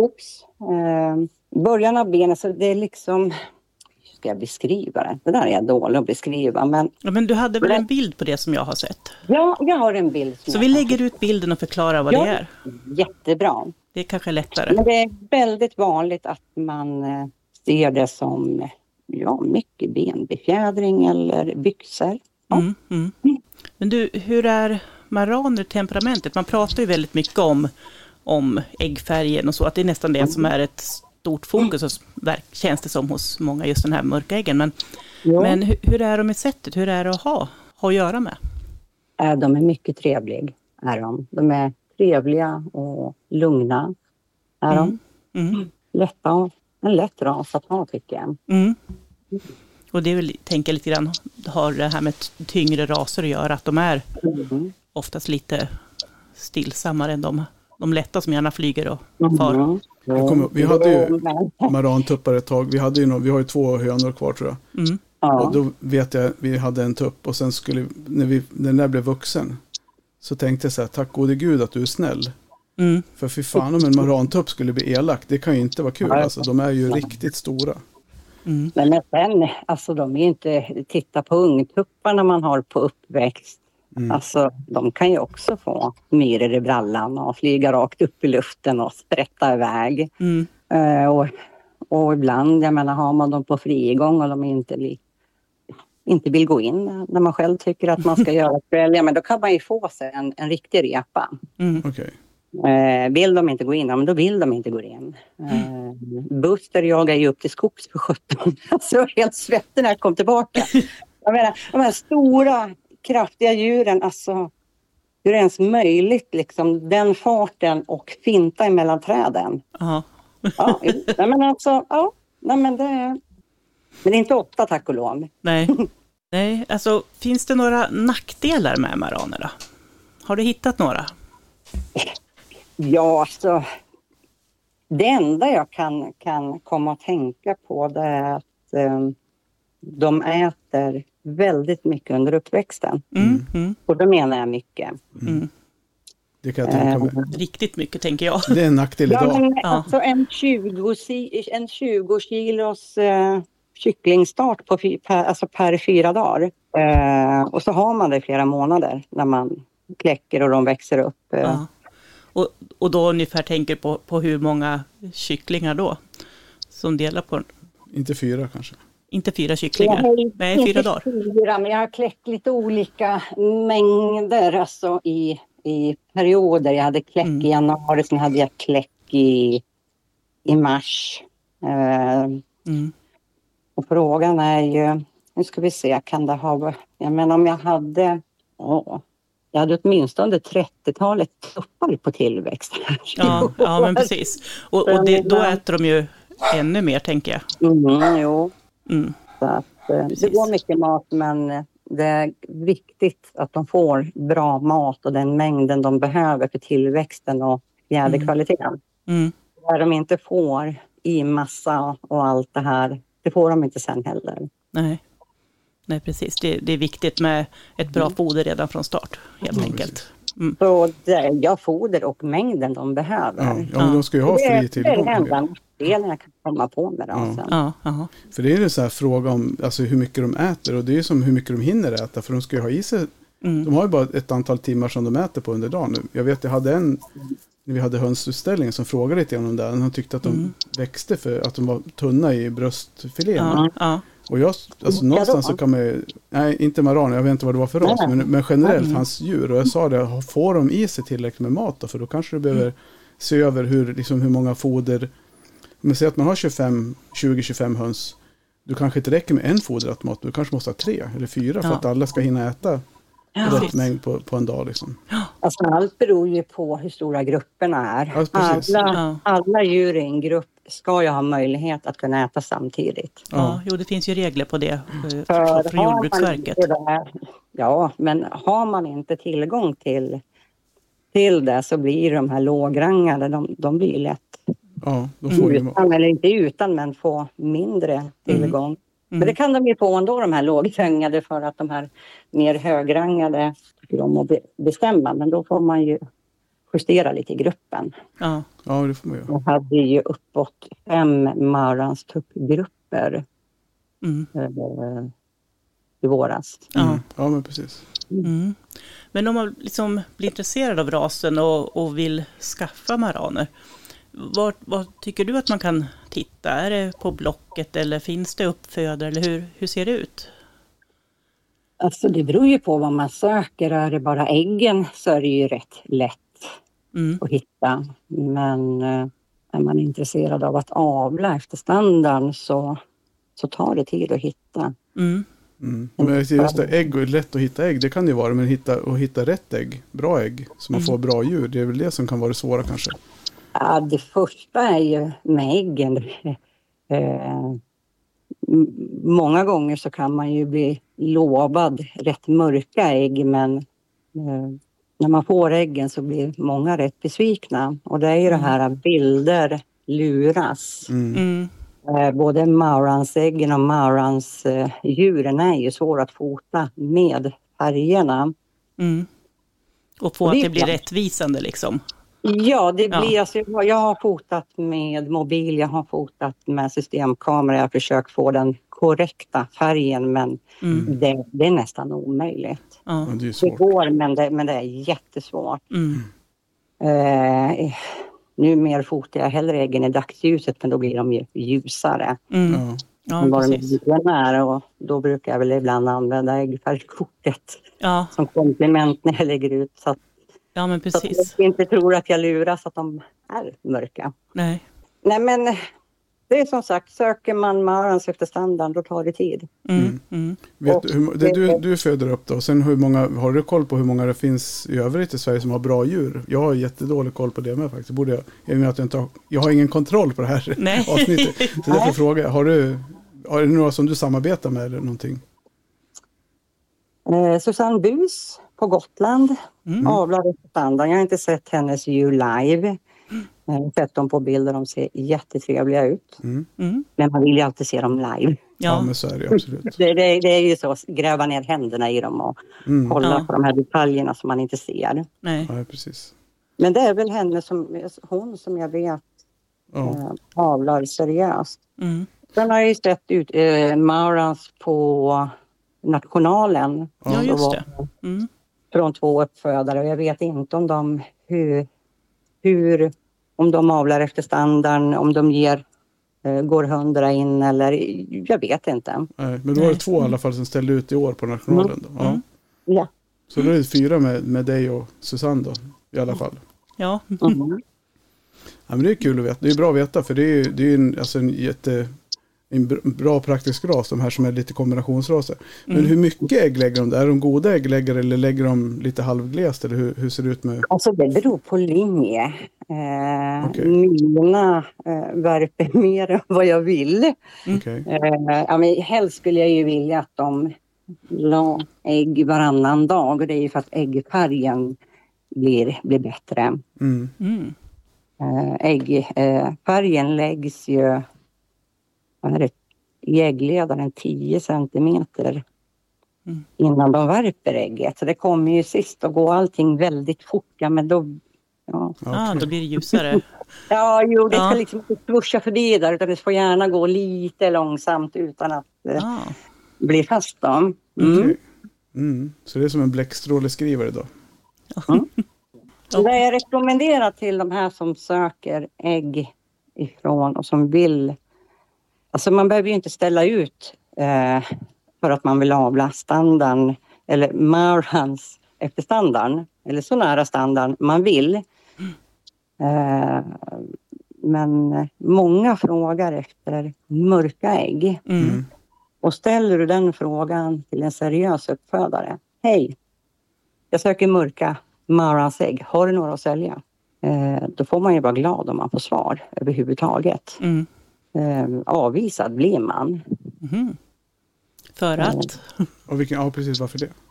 eh, början av benen, så det är liksom, hur ska jag beskriva det? Det där är jag dålig att beskriva. Men, ja, men du hade väl en bild på det som jag har sett? Ja, jag har en bild. Så vi lägger ut bilden och förklarar vad ja, det är. Jättebra. Det är kanske lättare. Men det är väldigt vanligt att man eh, ser det som ja, mycket benbefjädring eller byxor. Ja. Mm, mm. Mm. Men du, hur är maraner temperamentet? Man pratar ju väldigt mycket om, om äggfärgen och så. Att det är nästan det mm. som är ett stort fokus. Och känns det som hos många, just den här mörka äggen. Men, ja. men hur, hur är de i sättet? Hur är det att ha, ha att göra med? De är mycket trevliga. Är de. de är trevliga och lugna. Är mm. de. Mm. Lätta, en lätt ras att ha, tycker jag. Mm. Och det är väl, tänker jag lite grann, har det här med tyngre raser att göra. Att de är mm. oftast lite stillsammare än de, de lätta som gärna flyger och far. Mm. Kommer, vi hade ju marantuppar ett tag. Vi, hade ju någon, vi har ju två hönor kvar, tror jag. Mm. Och då vet jag, vi hade en tupp och sen skulle, när, vi, när den där blev vuxen, så tänkte jag så här, tack gode gud att du är snäll. Mm. För fy fan om en marantupp skulle bli elak, det kan ju inte vara kul. Alltså, de är ju riktigt stora. Mm. Men, men sen, alltså de är ju inte, titta på ungtupparna man har på uppväxt. Mm. Alltså de kan ju också få myror i brallan och flyga rakt upp i luften och sprätta iväg. Mm. Uh, och, och ibland, jag menar, har man dem på frigång och de inte, li, inte vill gå in när man själv tycker att man ska göra kväll, ja, men då kan man ju få sig en, en riktig repa. Mm. Okay. Eh, vill de inte gå in, ja, men då vill de inte gå in. Eh, Buster jagar ju upp till skogs för sjutton. Alltså helt svettig när jag kom tillbaka. Jag menar, de här stora, kraftiga djuren, alltså hur är det ens möjligt liksom, den farten och finta emellan träden? Ja. Ja, nej, men alltså, ja, nej, men det är, men det är inte ofta, tack och lov. Nej. Nej, alltså finns det några nackdelar med maranerna? Har du hittat några? Ja, alltså det enda jag kan, kan komma att tänka på det är att eh, de äter väldigt mycket under uppväxten. Mm, mm. Och då menar jag mycket. Mm. Det kan jag tänka mig. Eh, Riktigt mycket tänker jag. Det är en nackdel idag. Ja, men, Ja. alltså en tjugo, en tjugo kilos eh, kycklingstart på fy, per, alltså per fyra dagar. Eh, och så har man det i flera månader när man kläcker och de växer upp. Eh. Ja. Och, och då ungefär tänker på, på hur många kycklingar då som delar på, Inte fyra kanske. inte fyra kycklingar, Nej, nej inte fyra dagar. Fyra, men jag har kläckt lite olika mängder alltså i, i perioder. Jag hade kläck Mm. i januari, sen hade jag kläck i, i mars. Eh, Mm. och frågan är ju, nu ska vi se, kan det ha, jag menar om jag hade, åh, jag hade åtminstone trettiotalet tuppar på tillväxt. Ja, ja, men precis. Och, och det, då äter de ju ännu mer, tänker jag. Mm, jo. Mm. Så att, eh, det går mycket mat, men det är viktigt att de får bra mat och den mängden de behöver för tillväxten och fjäderkvaliteten. Mm. Där de inte får i massa och allt det här, det får de inte sen heller. Nej. Nej, precis. Det, det är viktigt med ett bra foder redan från start, helt Ja, enkelt. Mm. Så det, jag foder och mängden de behöver. Ja, ja, men de ska ju ha det, är- fri det är tillgång den till det. enda delen jag kan komma på med rasen. Ja, aha. För det är ju så här fråga om alltså, hur mycket de äter. Och det är ju som hur mycket de hinner äta. För de ska ju ha i sig. Mm. De har ju bara ett antal timmar som de äter på under dagen. Jag vet, jag hade en, när vi hade hönsutställningen som frågade lite om det. Han tyckte att de Mm. växte för att de var tunna i bröstfilén. Ja, ja. Och jag, alltså någonstans så kan man ju, nej inte maran, jag vet inte vad det var för ras, Nej. men, men generellt Mm. hans djur. Och jag sa det, får de i sig tillräckligt med mat då? För då kanske du behöver se över hur, liksom, hur många foder, om man säger att man har tjugofem, tjugo till tjugofem höns, du kanske inte räcker med en foderautomat, du kanske måste ha tre eller fyra för Ja. att alla ska hinna äta Ja. rätt Precis. mängd på, på en dag liksom. Alltså allt beror ju på hur stora grupperna är. Ja, precis. alla, Ja. alla djur i en grupp ska ju ha möjlighet att kunna äta samtidigt. Ja, jo, det finns ju regler på det eh, För från har Jordbruksverket. man inte det här, ja, men har man inte tillgång till, till det så blir de här lågrangade, de, de blir lätt Ja, de får ju mat. utan, eller inte utan, men få mindre tillgång. Men det kan de ju få ändå, de här lågrangade, för att de här mer högrangade tycker om att be- bestämma. Men då får man ju justera lite i gruppen. Ja, Ja, det får man göra. Jag hade ju uppåt fem Marans tuppgrupper mm. eh, i våras. ja. Mm. Ja, men precis. Mm. Men om man liksom blir intresserad av rasen och, och vill skaffa maraner, vad, vad tycker du att man kan titta? Är det på Blocket eller finns det uppfödare eller hur, hur ser det ut? Alltså det beror ju på vad man söker. Är det bara äggen så är det ju rätt lätt Mm. att hitta. Men eh, är man intresserad av att avla efter standard så, så tar det tid att hitta. Mm. Mm. Men just det, ägg och lätt att hitta ägg, det kan det ju vara, men hitta, och hitta rätt ägg, bra ägg, så man får bra djur, det är väl det som kan vara det svåra kanske. Ja, det första är ju med äggen. Eh, m- många gånger så kan man ju bli lovad rätt mörka ägg, men eh, när man får äggen så blir många rätt besvikna. Och det är ju det här att bilder luras. Mm. Mm. Eh, både Mauransäggen och Maurans eh, djuren är ju svåra att fota med färgerna. Mm. Och få att det blir rättvisande liksom. Ja, det blir, ja. Alltså, jag har fotat med mobil, jag har fotat med systemkamera, jag har försökt få den korrekta färgen, men mm. det, det är nästan omöjligt. Ja. Ja, det är svårt. Det går, men det, men det är jättesvårt. Mm. Eh, nu mer fotar jag hellre äggen i dagsljuset, men då blir de ju ljusare. Mm. Ja. Ja, var de nära, och då brukar jag väl ibland använda äggfärgkortet ja. som komplement när jag lägger ut. Så att, ja, men precis. så att jag inte tror att jag luras att de är mörka. Nej. Nej, men det är som sagt, söker man Marans efter standard, då tar det tid. Mm. Mm. Vet du, hur, det, du, du föder upp då, och sen hur många, har du koll på hur många det finns i övrigt i Sverige som har bra djur? Jag har jättedålig koll på det med faktiskt. Borde jag, jag, att jag, inte har, jag har ingen kontroll på det här Nej. avsnittet. Så därför frågar jag, har du, har du några som du samarbetar med eller någonting? Eh, Susanne Bus på Gotland mm. avlar efter standard. Jag har inte sett hennes djur live. Jag har sett dem på bilder, de ser jättetrevliga ut. Mm. Mm. Men man vill ju alltid se dem live. Ja, ja men så är det absolut. det, det, det är ju så, gräva ner händerna i dem och mm. kolla ja. på de här detaljerna som man inte ser. Nej. Ja, precis. Men det är väl henne som, hon som jag vet ja. eh, avlar seriöst. Mm. Sen har jag ju sett ut eh, Marans på Nationalen. Ja, just det. Mm. Från två uppfödare, och jag vet inte om de hur, hur om de avlar efter standarden, om de ger eh, går hundra in eller jag vet inte. Nej, men då var det två i alla fall som ställde ut i år på Nationalen då. Ja. Mm. Ja. Så då är det fyra med, med dig och Susanne då i alla fall. Ja. Mm. Ja, men det är kul att veta. Det är bra att veta, för det är ju det är en, alltså en jätte en bra praktisk ras, de här som är lite kombinationsraser. Men mm. hur mycket ägg lägger de där? Är de goda äggläggare eller lägger de lite halvglest? Eller hur, hur ser det ut med? Alltså det beror på linje. Eh, okay. Mina eh, värper mer än vad jag vill. Okay. Eh, ja, men helst skulle jag ju vilja att de la ägg varannan dag. Och det är ju för att äggfärgen blir, blir bättre. Mm. Mm. Eh, äggfärgen eh, läggs ju är det, i äggledaren tio centimeter mm. innan de värper ägget. Så det kommer ju sist att gå allting väldigt fort. Ja, men då, ja. Ah, då blir det ljusare. ja, jo, det ja. ska liksom inte svuscha förbi där, utan det får gärna gå lite långsamt utan att det ah. blir fast då. Mm. Okay. Mm. Så det är som en bläckstråleskrivare då? Mm. Så det jag rekommenderar till de här som söker ägg ifrån och som vill. Alltså man behöver ju inte ställa ut eh, för att man vill avla standarden eller Marans efter standarden. Eller så nära standarden man vill. Eh, men många frågar efter mörka ägg. Mm. Och ställer du den frågan till en seriös uppfödare. Hej, jag söker mörka Marans ägg. Har du några att sälja? Eh, då får man ju vara glad om man får svar överhuvudtaget. Mm. Eh, avvisad blir man. Mm. För att? Och vilken, ja, precis. Varför det?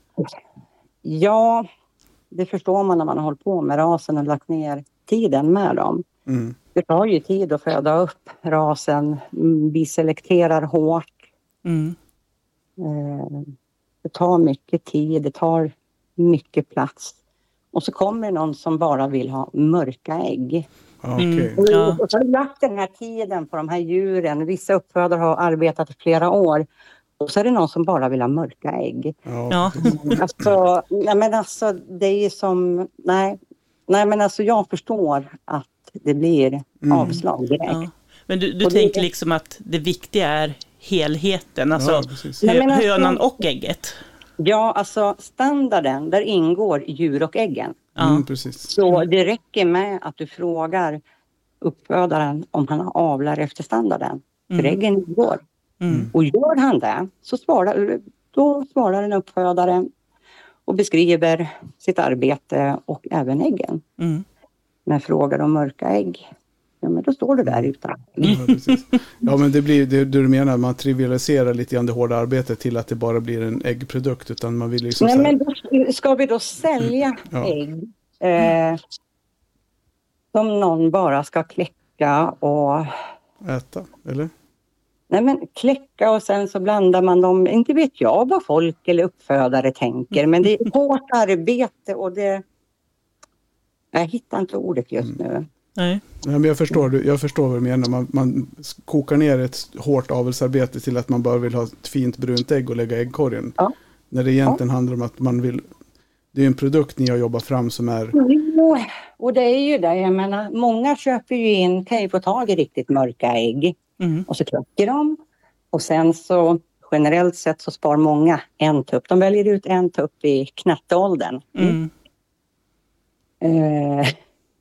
Ja, det förstår man när man har hållit på med rasen och lagt ner tiden med dem. Mm. Det tar ju tid att föda upp rasen. Vi selekterar hårt. Mm. Eh, det tar mycket tid, det tar mycket plats. Och så kommer någon som bara vill ha mörka ägg. Okay. Mm, ja. Och så har vi lagt den här tiden på de här djuren. Vissa uppfödare har arbetat i flera år. Och så är det någon som bara vill ha mörka ägg. Ja. Mm, alltså, nej, men alltså, det är ju som... Nej, nej, men alltså jag förstår att det blir mm. avslag direkt. Ja. Men du, du tänker det... liksom att det viktiga är helheten. Alltså ja, nej, men alltså, hönan och ägget. Ja, alltså standarden, där ingår djur och äggen. Mm, precis. Så det räcker med att du frågar uppfödaren om han avlar efter standarden. Mm. För äggen ingår. Mm. Och gör han det så svarar, då svarar en uppfödare och beskriver sitt arbete och även äggen. Mm. Men frågar om mörka ägg, ja men då står du där utan. Ja, precis. Ja, men det blir det du menar, man trivialiserar lite grann det hårda arbetet till att det bara blir en äggprodukt, utan man vill liksom... Nej, så här... men då, ska vi då sälja mm. ja. ägg eh, som någon bara ska kläcka och... Äta, eller? Nej, men kläcka och sen så blandar man dem, inte vet jag vad folk eller uppfödare tänker, men det är hårt arbete och det, Jag hittar inte ordet just nu. Nej. Ja, men jag förstår, jag förstår vad du menar. Man, man kokar ner ett hårt avelsarbete till att man bara vill ha ett fint brunt ägg och lägga äggkorgen. Ja. När det egentligen ja. handlar om att man vill... Det är en produkt ni har jobbat fram som är... Jo, och det är ju det. Jag menar, många köper ju in, kan ju få tag i riktigt mörka ägg. Mm. Och så klockar de. Och sen så generellt sett så spar många en tupp. De väljer ut en tupp i knatteåldern. Mm. Eh,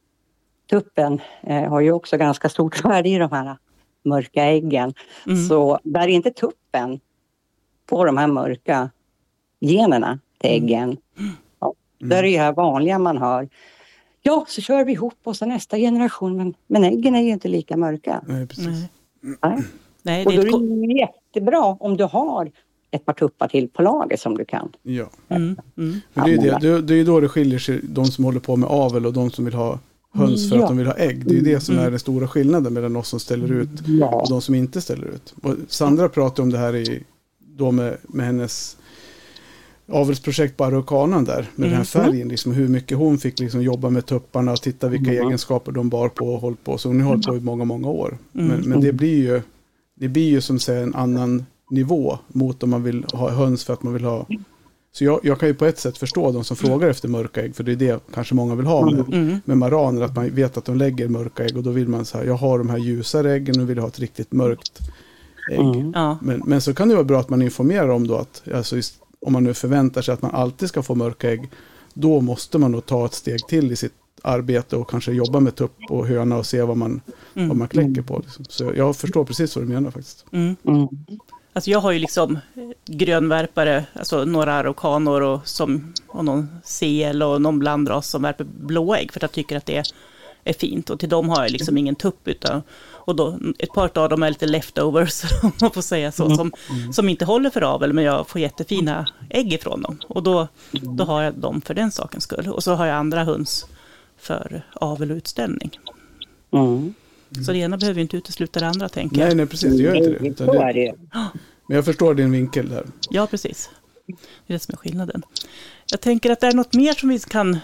tuppen eh, har ju också ganska stort värde i de här mörka äggen. Mm. Så där är inte tuppen på de här mörka generna till äggen. Mm. Ja, mm. Där är det här vanliga man hör. Ja, så kör vi ihop och så nästa generation. Men, men äggen är ju inte lika mörka. Nej, precis. Nej. Nej. Nej, och då är det ett... jättebra om du har ett par tuppar till på lager som du kan. Ja. Mm. Mm. Men det är ju det, det är då det skiljer sig de som håller på med avel och de som vill ha höns för ja. att de vill ha ägg. Det är ju det som mm. är den stora skillnaden mellan oss som ställer ut ja. och de som inte ställer ut. Och Sandra pratade om det här i, då med, med hennes avelsprojekt på Araucanan där. Med mm. den här färgen. Liksom, hur mycket hon fick liksom, jobba med tupparna och titta vilka mm. egenskaper de bar på och hållit på. Så hon har hållit på i många, många år. Mm. Men, men det blir ju det blir ju som säger en annan nivå mot om man vill ha höns för att man vill ha. Så jag, jag kan ju på ett sätt förstå de som frågar efter mörka ägg, för det är det kanske många vill ha med, mm. med maraner, att man vet att de lägger mörka ägg och då vill man så här, jag har de här ljusare äggen och vill ha ett riktigt mörkt ägg. Mm. Ja. Men, men så kan det vara bra att man informerar om då att alltså, om man nu förväntar sig att man alltid ska få mörka ägg, då måste man nog ta ett steg till i sitt arbete och kanske jobba med tupp och höna och se vad man, mm. vad man kläcker på. Liksom. Så jag förstår precis vad du menar faktiskt. Mm. Mm. Alltså jag har ju liksom grönvärpare, alltså några araucanor och, som, och någon sel och någon blandras som värper blåägg för att jag tycker att det är, är fint. Och till dem har jag liksom ingen tupp utan, och då, ett par av dem är lite leftovers om man får säga så, som, mm. som inte håller för avel men jag får jättefina ägg ifrån dem. Och då, då har jag dem för den sakens skull. Och så har jag andra höns för avel och utställning. Mm. Så det ena behöver inte utesluta det andra, tänker jag. Nej, nej precis, det gör inte det. Utan det. Men jag förstår din vinkel där. Ja, precis. Det är det som är skillnaden. Jag tänker att det är något mer som vi kan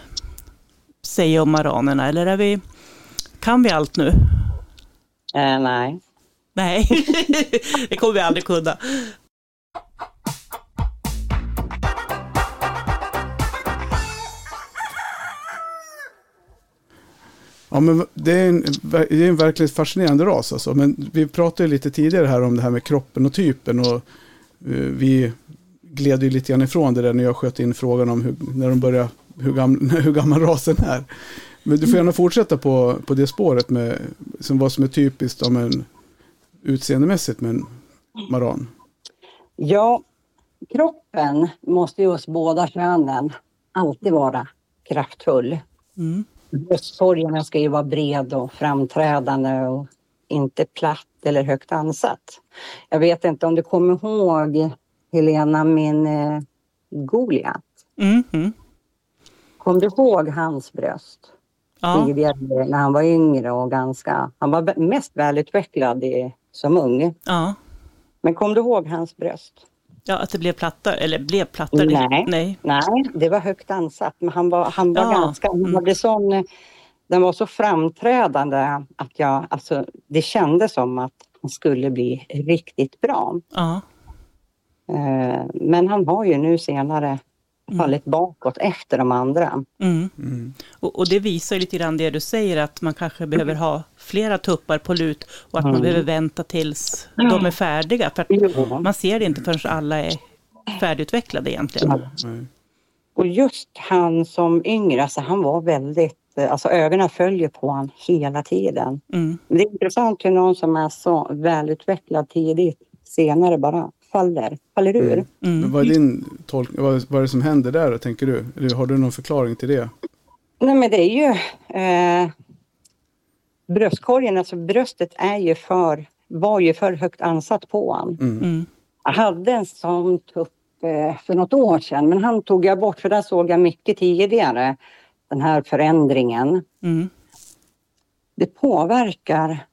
säga om maranerna, eller är vi, kan vi allt nu? Äh, nej. Nej, det kommer vi aldrig kunna. Ja, men det är en, det är en verkligt fascinerande ras alltså. Men vi pratade lite tidigare här om det här med kroppen och typen och uh, vi gled ju lite grann ifrån det där när jag sköt in frågan om hur, när de börjar, hur, gam, hur gammal rasen är. Men du får gärna fortsätta på, på det spåret med som vad som är typiskt om en utseendemässigt med en maran. Ja, kroppen måste ju hos båda könen alltid vara kraftfull. Mm. Bröstkorgen ska ju vara bred och framträdande och inte platt eller högt ansatt. Jag vet inte om du kommer ihåg Helena, min eh, Goliat. Mm-hmm. Kom du ihåg hans bröst? Ja. Tidigare när han var yngre och ganska, han var mest välutvecklad i, som ung. Ja. Men kom du ihåg hans bröst? Ja, att det blev plattar, eller blev plattar? Nej, nej. nej det var högt ansatt. Men han var, han var ja. ganska, han hade sån, den var så framträdande att jag, alltså det kändes som att han skulle bli riktigt bra. Ja. Eh, men han har ju nu senare fallit mm. bakåt efter de andra. Mm. Mm. Och, och det visar ju lite grann det du säger, att man kanske behöver ha flera tuppar på lut och att mm. man behöver vänta tills mm. de är färdiga. För att mm. man ser det inte förrän alla är färdigutvecklade egentligen. Mm. Och just han som yngre, alltså han var väldigt, alltså ögonen följer på han hela tiden. Mm. Det är intressant hur någon som är så välutvecklad tidigt senare bara faller, faller ur. Mm. Mm. Men vad är din tolkning, vad, vad är det som händer där då, tänker du? Eller har du någon förklaring till det? Nej, men det är ju eh, bröstkorgen, alltså bröstet är ju för, var ju för högt ansatt på han. Mm. Mm. Jag hade en sån tupp eh, för något år sedan, men han tog jag bort för där såg jag mycket tidigare den här förändringen. Mm. Det påverkar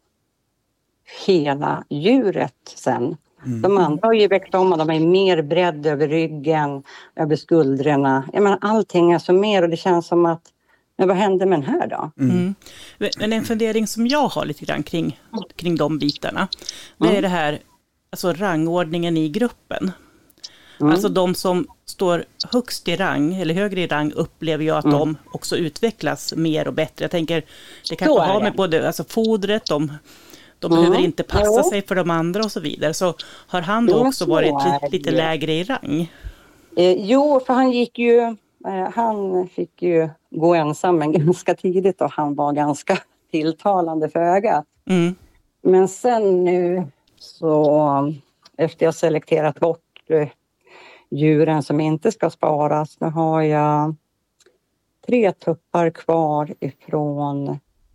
hela djuret sen. Mm. De andra har ju växt om och de är mer bredd över ryggen, över skuldrorna. Jag menar, allting är så mer och det känns som att Men vad hände med den här då? Mm. Mm. Men en fundering som jag har lite grann kring, kring de bitarna, det är mm. det här, alltså rangordningen i gruppen. Mm. Alltså de som står högst i rang, eller högre i rang, upplever jag att mm. de också utvecklas mer och bättre. Jag tänker, det kanske har med både alltså fodret, de, de mm. behöver inte passa jo. sig för de andra och så vidare. Så har han då jo, också varit lite, lite lägre i rang? Eh, jo, för han gick ju, eh, han fick ju gå ensam men ganska tidigt och han var ganska tilltalande för ögat. Mm. Men sen nu så, efter jag selekterat bort eh, djuren som inte ska sparas, nu har jag tre tuppar kvar ifrån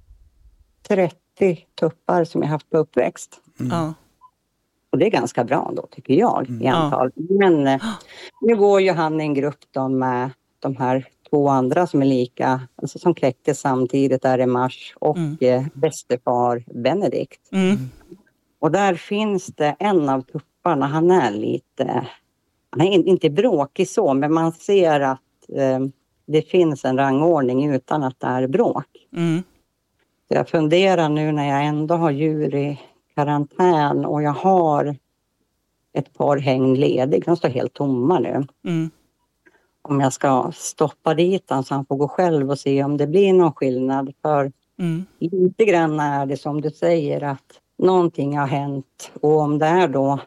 trettio tuppar som jag haft på uppväxt. Mm. Och det är ganska bra då tycker jag i antal. Mm. Men eh, nu går ju han i en grupp då med de här två andra som är lika, alltså som kläckte samtidigt där i mars och mm. eh, bästefar Benedikt. Mm. Och där finns det en av tupparna, han är lite, han är inte bråkig så, men man ser att eh, det finns en rangordning utan att det är bråk. Mm. Så jag funderar nu när jag ändå har djur i karantän och jag har ett par häng ledig, de står helt tomma nu. Mm. Om jag ska stoppa dit han så han får gå själv och se om det blir någon skillnad. För mm. lite grann är det som du säger att någonting har hänt. Och om det är då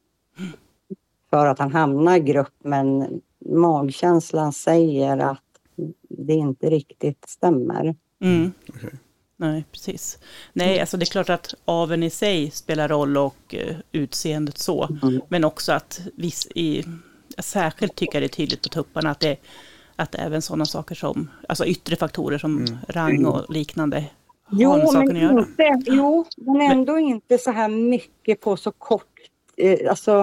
för att han hamnar i grupp men magkänslan säger att det inte riktigt stämmer. Mm. Okay. Nej, precis. Nej, alltså det är klart att aveln i sig spelar roll och uh, utseendet så. Mm. Men också att viss i... Särskilt tycker jag det är tydligt på tupparna att, det, att även sådana saker som, alltså yttre faktorer som mm. rang och liknande har jo, med saken att göra. Inte, jo, men ändå men, inte så här mycket på så kort, eh, alltså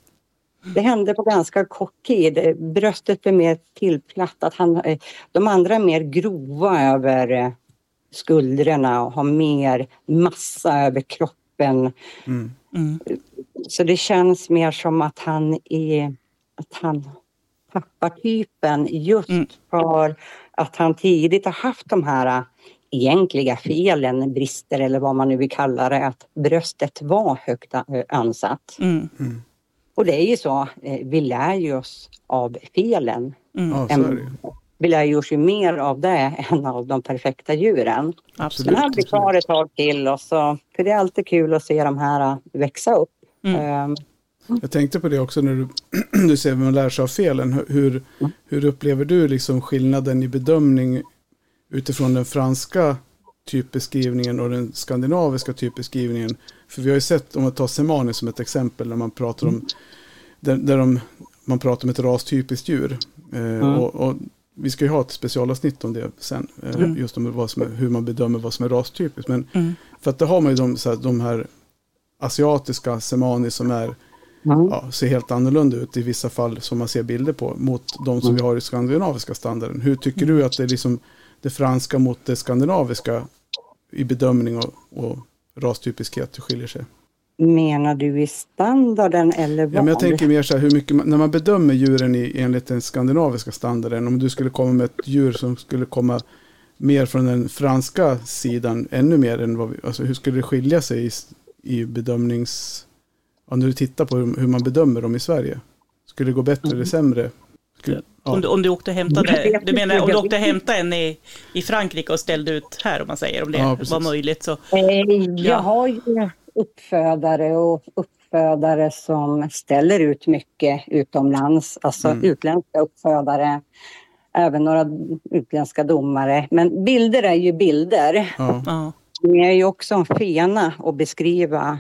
det hände på ganska kort tid. Bröstet blev mer tillplattat, han, eh, de andra är mer grova över eh, skuldrorna och har mer massa över kroppen. Mm. Mm. Så det känns mer som att han är att han tappar typen just mm. för att han tidigt har haft de här egentliga felen, brister eller vad man nu vill kalla det, att bröstet var högt ansatt. Mm. Mm. Och det är ju så, vi lär ju oss av felen. Mm. Ja, en, vi lär ju oss ju mer av det än av de perfekta djuren. Absolut. Men han blir kvar ett tag till och så, för det är alltid kul att se de här växa upp. Mm. Um, Jag tänkte på det också när du, du ser vad man lär sig av felen. Hur, hur upplever du liksom skillnaden i bedömning utifrån den franska typbeskrivningen och den skandinaviska typbeskrivningen? För vi har ju sett, om man tar Semani som ett exempel, när man pratar om där, där de, man pratar om ett rastypiskt djur. Eh, mm. och, och vi ska ju ha ett specialavsnitt om det sen. Eh, mm. Just om vad som är, hur man bedömer vad som är rastypiskt. Men mm. för att det har man ju de, så här, de här asiatiska Semani som är Mm. Ja, ser helt annorlunda ut i vissa fall som man ser bilder på mot de som mm. vi har i skandinaviska standarden. Hur tycker du att det är liksom det franska mot det skandinaviska i bedömning och, och rastypiskhet skiljer sig? Menar du i standarden eller vad? Ja, men jag tänker mer så här, hur mycket man, när man bedömer djuren i, enligt den skandinaviska standarden, om du skulle komma med ett djur som skulle komma mer från den franska sidan, ännu mer än vad vi, alltså hur skulle det skilja sig i, i bedömnings... Om du tittar på hur man bedömer dem i Sverige. Skulle det gå bättre mm. eller sämre? Skulle, ja. om, du, om du åkte hämtade, du menar om du åkte hämta en i, i Frankrike och ställde ut här, om man säger, om det ja, var möjligt. Så, jag ja. har ju uppfödare och uppfödare som ställer ut mycket utomlands. Alltså mm. utländska uppfödare. Även några utländska domare. Men bilder är ju bilder. Ja. Ja. Det är ju också en fena att beskriva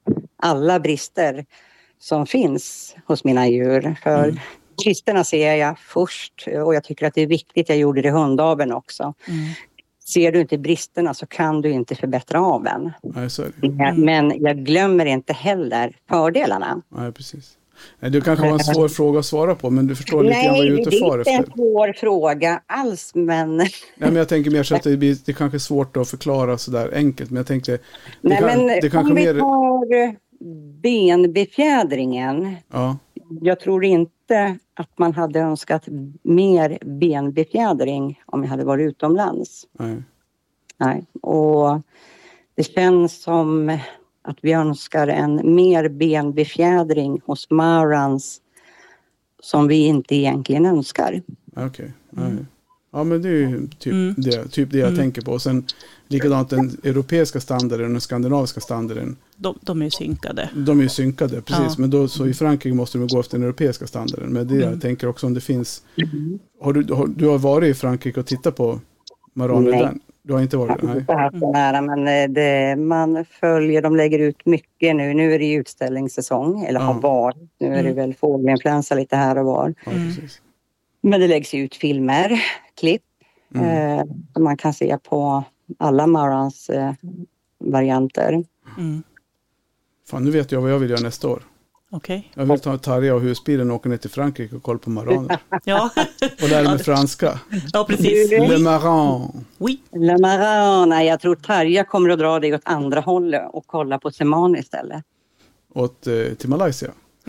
alla brister som finns hos mina djur. För mm. bristerna ser jag först och jag tycker att det är viktigt. Jag gjorde det i hundaveln också. Mm. Ser du inte bristerna så kan du inte förbättra aveln. Nej, så är det. Mm. Men jag glömmer inte heller fördelarna. Nej, precis. Nej, det kanske var en svår fråga att svara på, men du förstår lite grann vad jag är ute för efter. Nej, det är inte en svår fråga alls, men... Nej, men jag tänker mer så att det, blir, det är kanske svårt att förklara så där enkelt, men jag tänkte... Det, Nej, kan, men det kanske om vi mer... tar benbefjädringen. Ja. Jag tror inte inte att man hade önskat mer benbefjädring om jag hade varit utomlands. Nej. Nej. Och det känns som att vi önskar en mer benbefjädring hos marans som vi inte egentligen önskar. Okej. Okay. Mm. Ja, men det är ju typ, mm. det, typ det jag mm. tänker på. Och sen likadant den europeiska standarden och den skandinaviska standarden. De, de är ju synkade. De är ju synkade, precis. Ja. Men då, så i Frankrike måste de gå efter den europeiska standarden. Men det mm. jag tänker också om det finns... Mm. Har du, har, du har varit i Frankrike och tittat på maraner där? Du har inte varit där? Nej. Jag har inte haft nära, men det, man följer, de lägger ut mycket nu. Nu är det ju utställningssäsong, eller ja. har varit. Nu är det mm. väl fågelinfluensa lite här och var. Ja, precis. Men det läggs ut filmer, klipp. Mm. Eh, som man kan se på alla marans eh, varianter. Mm. Fan, nu vet jag vad jag vill göra nästa år. Okay. Jag vill ta Tarja och husbilen och åka ner till Frankrike och kolla på maraner. Ja. Och lära mig franska. Ja, precis. Le Maran. Oui. Le Maran. Nej, jag tror Tarja kommer att dra dig åt andra hållet och kolla på Semani istället. Åt, eh, till Malaysia?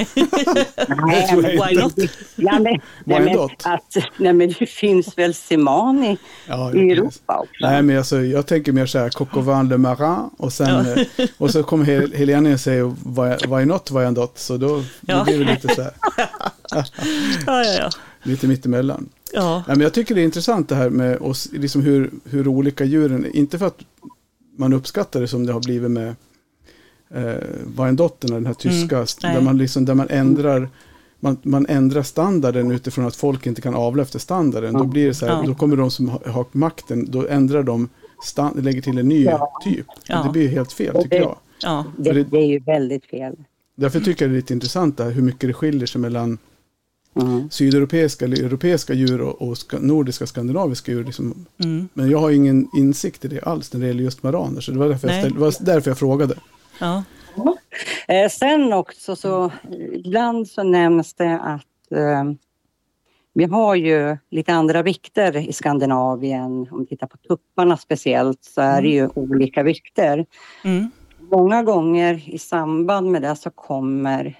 Nej, men, why not? Ja, men, nej, men, att, nej, men det finns väl Semani ja, i Europa också. Nej, men alltså, jag tänker mer så här, Coq au vin Le Marin och sen ja. och så kommer Hel- Helene och säger why, why not, why not? Så då, ja. då blir det lite så här. ja, ja, ja. Lite mittemellan. Ja. Ja, men jag tycker det är intressant det här med oss, liksom hur, hur olika djuren, inte för att man uppskattar det som det har blivit med eh, Wyandotten, den här tyska, mm, där man liksom, där man ändrar man, man ändrar standarden utifrån att folk inte kan avla efter standarden. Mm. Då blir det så här, ja. då kommer de som har, har makten, då ändrar de stand, lägger till en ny ja. typ. Ja. Det blir helt fel, tycker jag. Ja. Det, det är ju väldigt fel. Därför tycker jag det är lite intressant där, hur mycket det skiljer sig mellan mm. sydeuropeiska eller europeiska djur och, och ska, nordiska, skandinaviska djur. Liksom. Mm. Men jag har ingen insikt i det alls när det gäller just maraner. Så det var därför, jag, ställde, det var därför jag frågade. Ja. Ja. Eh, sen också så ibland så nämns det att eh, vi har ju lite andra vikter i Skandinavien. Om vi tittar på tupparna speciellt så är det ju olika vikter. Mm. Många gånger i samband med det så kommer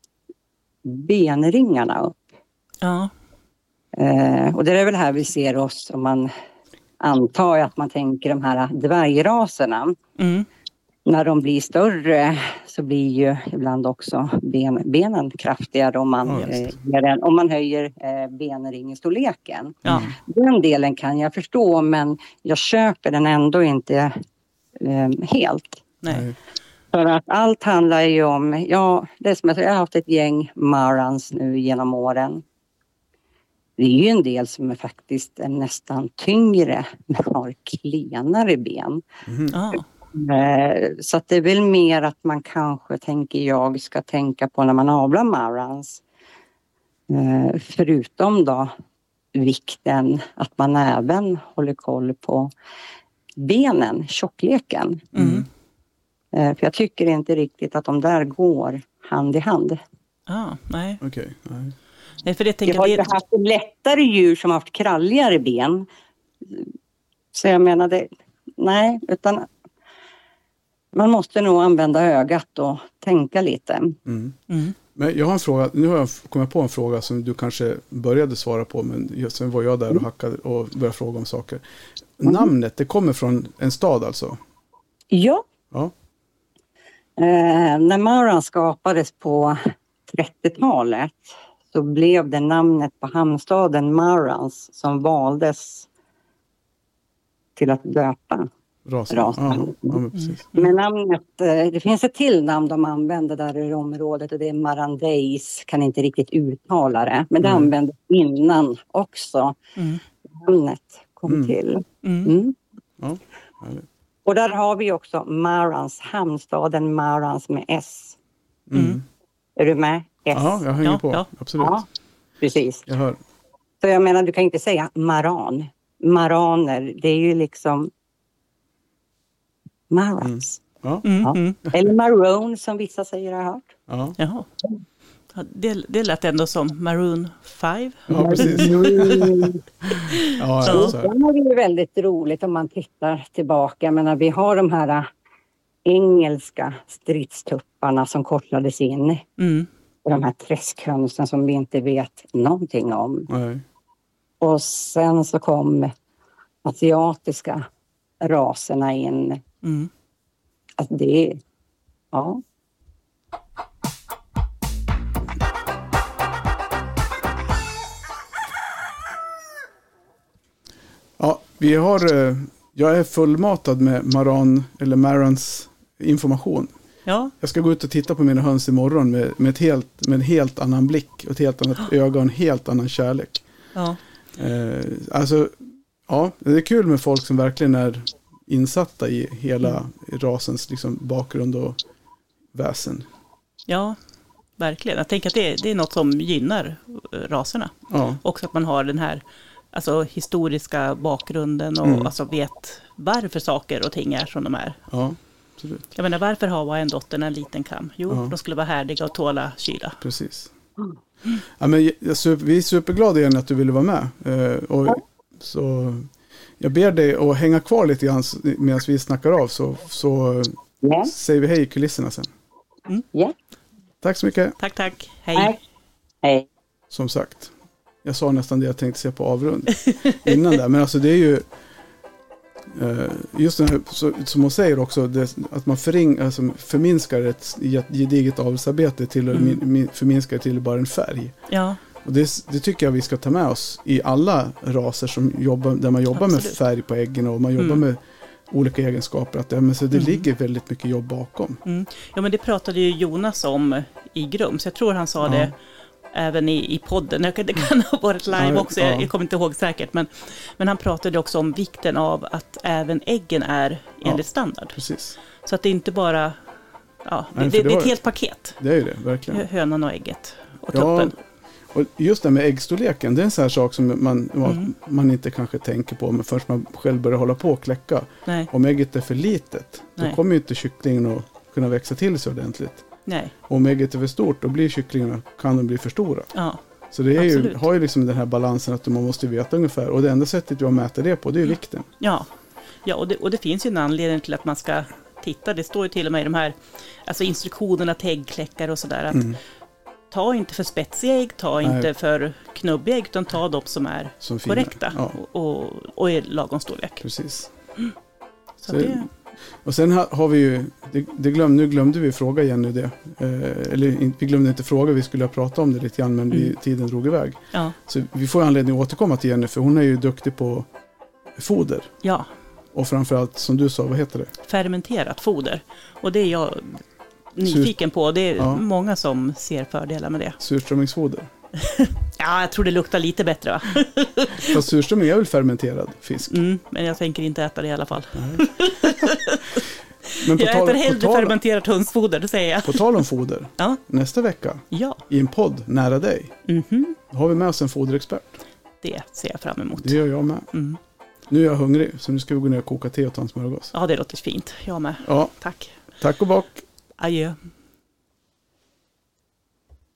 benringarna upp. Ja. Eh, och det är väl här vi ser oss, om man antar att man tänker de här dvärgraserna. Mm. När de blir större så blir ju ibland också ben, benen kraftigare om man, ja, eh, om man höjer eh, benringstorleken. Ja. Den delen kan jag förstå, men jag köper den ändå inte eh, helt. Nej. För att allt handlar ju om, ja, det är som att jag har haft ett gäng marans nu genom åren. Det är ju en del som är faktiskt är nästan tyngre, men har klenare ben. Mm. Ah. Så att det är väl mer att man kanske, tänker jag, ska tänka på när man avlar marans. Förutom då vikten att man även håller koll på benen, tjockleken. Mm. För jag tycker inte riktigt att de där går hand i hand. Ah, nej. Okej, okay, nej. Nej, för det tänker jag har ju det... haft lättare djur som har haft kralligare ben. Så jag menar det, nej, utan man måste nog använda ögat och tänka lite. Mm. Mm. Men jag har en fråga, nu har jag kommit på en fråga som du kanske började svara på, men sen var jag där och hackade och började fråga om saker. Mm. Namnet, det kommer från en stad alltså? Ja. Ja. Eh, när Maran skapades på trettiotalet så blev det namnet på hamnstaden Marans som valdes till att döpa rasen. rasen. Ja, ja, men, precis. Men namnet, det finns ett till namn de använder där i området och det är Marandeis, kan inte riktigt uttala det. Men det mm. användes innan också. Mm. Namnet kom mm. till. Mm. Mm. Ja, och där har vi också Marans, hamnstaden Marans med S. Mm. Är du med? S. Ja, jag hänger ja, på. Ja. Absolut. Ja, precis. Jag hör. Så jag menar, du kan inte säga maran. Maraner, det är ju liksom Marans. Mm. Ja. Mm, ja. mm. Eller maroon som vissa säger, har jag hört. Ja. Jaha. Det, det lät ändå som Maroon fem. Ja, precis. ja, så. Det är ju väldigt roligt om man tittar tillbaka. Men när vi har de här engelska stridstupparna som korslades in. Mm. Och de här träskhönsen som vi inte vet någonting om. Nej. Och sen så kom asiatiska raserna in. Mm. Att det, ja. Ja, vi har, jag är fullmatad med Maran eller Marans information. Ja. Jag ska gå ut och titta på mina höns imorgon med, med, ett helt, med en helt annan blick och ett helt annat öga och en helt annan kärlek. Ja. Eh, alltså, ja, det är kul med folk som verkligen är insatta i hela mm. rasens liksom, bakgrund och väsen. Ja, verkligen. Jag tänker att det, det är något som gynnar raserna. Ja. Också att man har den här alltså, historiska bakgrunden och Mm. alltså, vet varför saker och ting är som de är. Ja, absolut. Jag menar, varför har en dotter en liten kam? Jo, Ja. de skulle vara härdiga och tåla kyla. Precis. Ja, men, vi är superglada igen att du ville vara med. Eh, och, så, jag ber dig att hänga kvar lite grann medan vi snackar av så, så Ja. säger vi hej i kulisserna sen. Ja. Tack så mycket. Tack, tack. Hej. Tack. Hej. Som sagt, jag sa nästan det jag tänkte se på avrund innan där. Men alltså det är ju eh, just det här, så, som hon säger också, det, att man förring, alltså, förminskar ett gediget avelsarbete till att Mm. min, förminskar till bara en färg. Ja, Och det, det tycker jag vi ska ta med oss i alla raser som jobbar, där man jobbar Absolut. med färg på äggen och man jobbar Mm. med olika egenskaper. Att det, men så det Mm. ligger väldigt mycket jobb bakom. mm. Ja, men det pratade ju Jonas om i Grums. Jag tror han sa Ja. det även i, i podden. Det kan ha varit live Ja, också, ja. jag, jag kommer inte ihåg säkert. Men, men han pratade också om vikten av att även äggen är enligt Ja. standard. Precis. Så att det inte bara... Ja, Nej, det, för det, det det är var- ett helt paket. Det är ju det, verkligen. Hö- Hönan och ägget. Och Ja, tuppen. och just det med äggstorleken, det är en sån här sak som man, Mm. man inte kanske tänker på men först man själv börjar hålla på och kläcka. Nej, Om ägget är för litet, då Nej. kommer ju inte kycklingen att kunna växa till sig ordentligt. nej. Och om ägget är för stort, då blir kycklingarna, kan de bli för stora. Ja, Så det är ju, Absolut. har ju liksom den här balansen att man måste veta ungefär. Och det enda sättet jag mäter det på, det är ju vikten. ja. ja och, det, och det finns ju en anledning till att man ska titta. Det står ju till och med i de här alltså instruktionerna till äggkläckare och sådär. Att Mm. ta inte för spetsiga ägg, ta Nej. inte för knubbiga ägg, utan ta de som är Som fina. korrekta Ja, och, och, och är lagom storlek. precis. Så Så- det, Och sen ha- har vi ju, det, det glöm, nu glömde vi fråga Jenny det. Eh, eller in, vi glömde inte fråga, vi skulle ha pratat om det lite grann men vi, Mm. tiden drog iväg. ja, Så vi får anledning att återkomma till Jenny för hon är ju duktig på foder. ja, Och framförallt som du sa, vad heter det? fermenterat foder. Och det är jag nyfiken på. Det är Ja. många som ser fördelar med det. Surströmmingsfoder. Ja, jag tror det luktar lite bättre va? Fast surströmming är väl fermenterad fisk? Mm, men jag tänker inte äta det i alla fall. Men på Jag tal, äter på, hellre tal, fermenterat hönsfoder, det säger jag. på tal om foder, Ja, nästa vecka ja. i en podd nära dig Mhm. har vi med oss en foderexpert. Det ser jag fram emot. Det gör jag med. Mm. Nu är jag hungrig så nu ska vi gå ner och koka te och ta en smörgås. Ja, det låter fint. Jag med. Ja, Tack. tack och bock. Adjö.